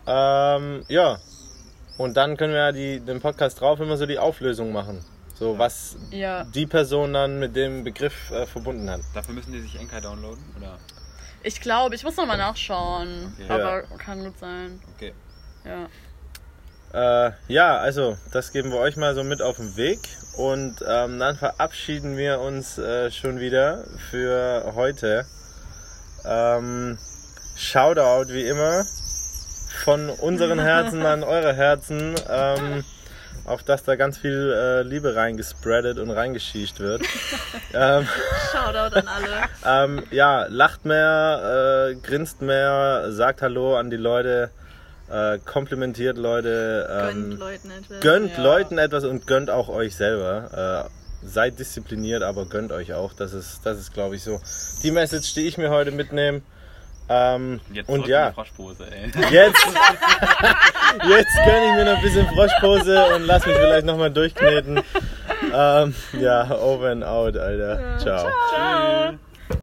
Und dann können wir ja den Podcast drauf immer so die Auflösung machen. So, was die Person dann mit dem Begriff verbunden hat. Dafür müssen die sich Anchor downloaden, oder? Ich glaube, ich muss nochmal nachschauen. Okay. Aber kann gut sein. Okay. Ja. Also, das geben wir euch mal so mit auf den Weg. Und dann verabschieden wir uns schon wieder für heute. Shoutout wie immer von unseren Herzen an eure Herzen. Auf dass da ganz viel Liebe reingespreadet und reingeschießt wird. Shoutout an alle. Ja, lacht mehr, grinst mehr, sagt Hallo an die Leute, komplimentiert Leute. Gönnt Leuten etwas und gönnt auch euch selber. Seid diszipliniert, aber gönnt euch auch. Das ist glaube ich, so die Message, die ich mir heute mitnehme. Jetzt und ja, die Froschpose, ey. Jetzt gönne ich mir noch ein bisschen Froschpose und lass mich vielleicht nochmal durchkneten. Ja, over and out, Alter. Ciao. Ciao.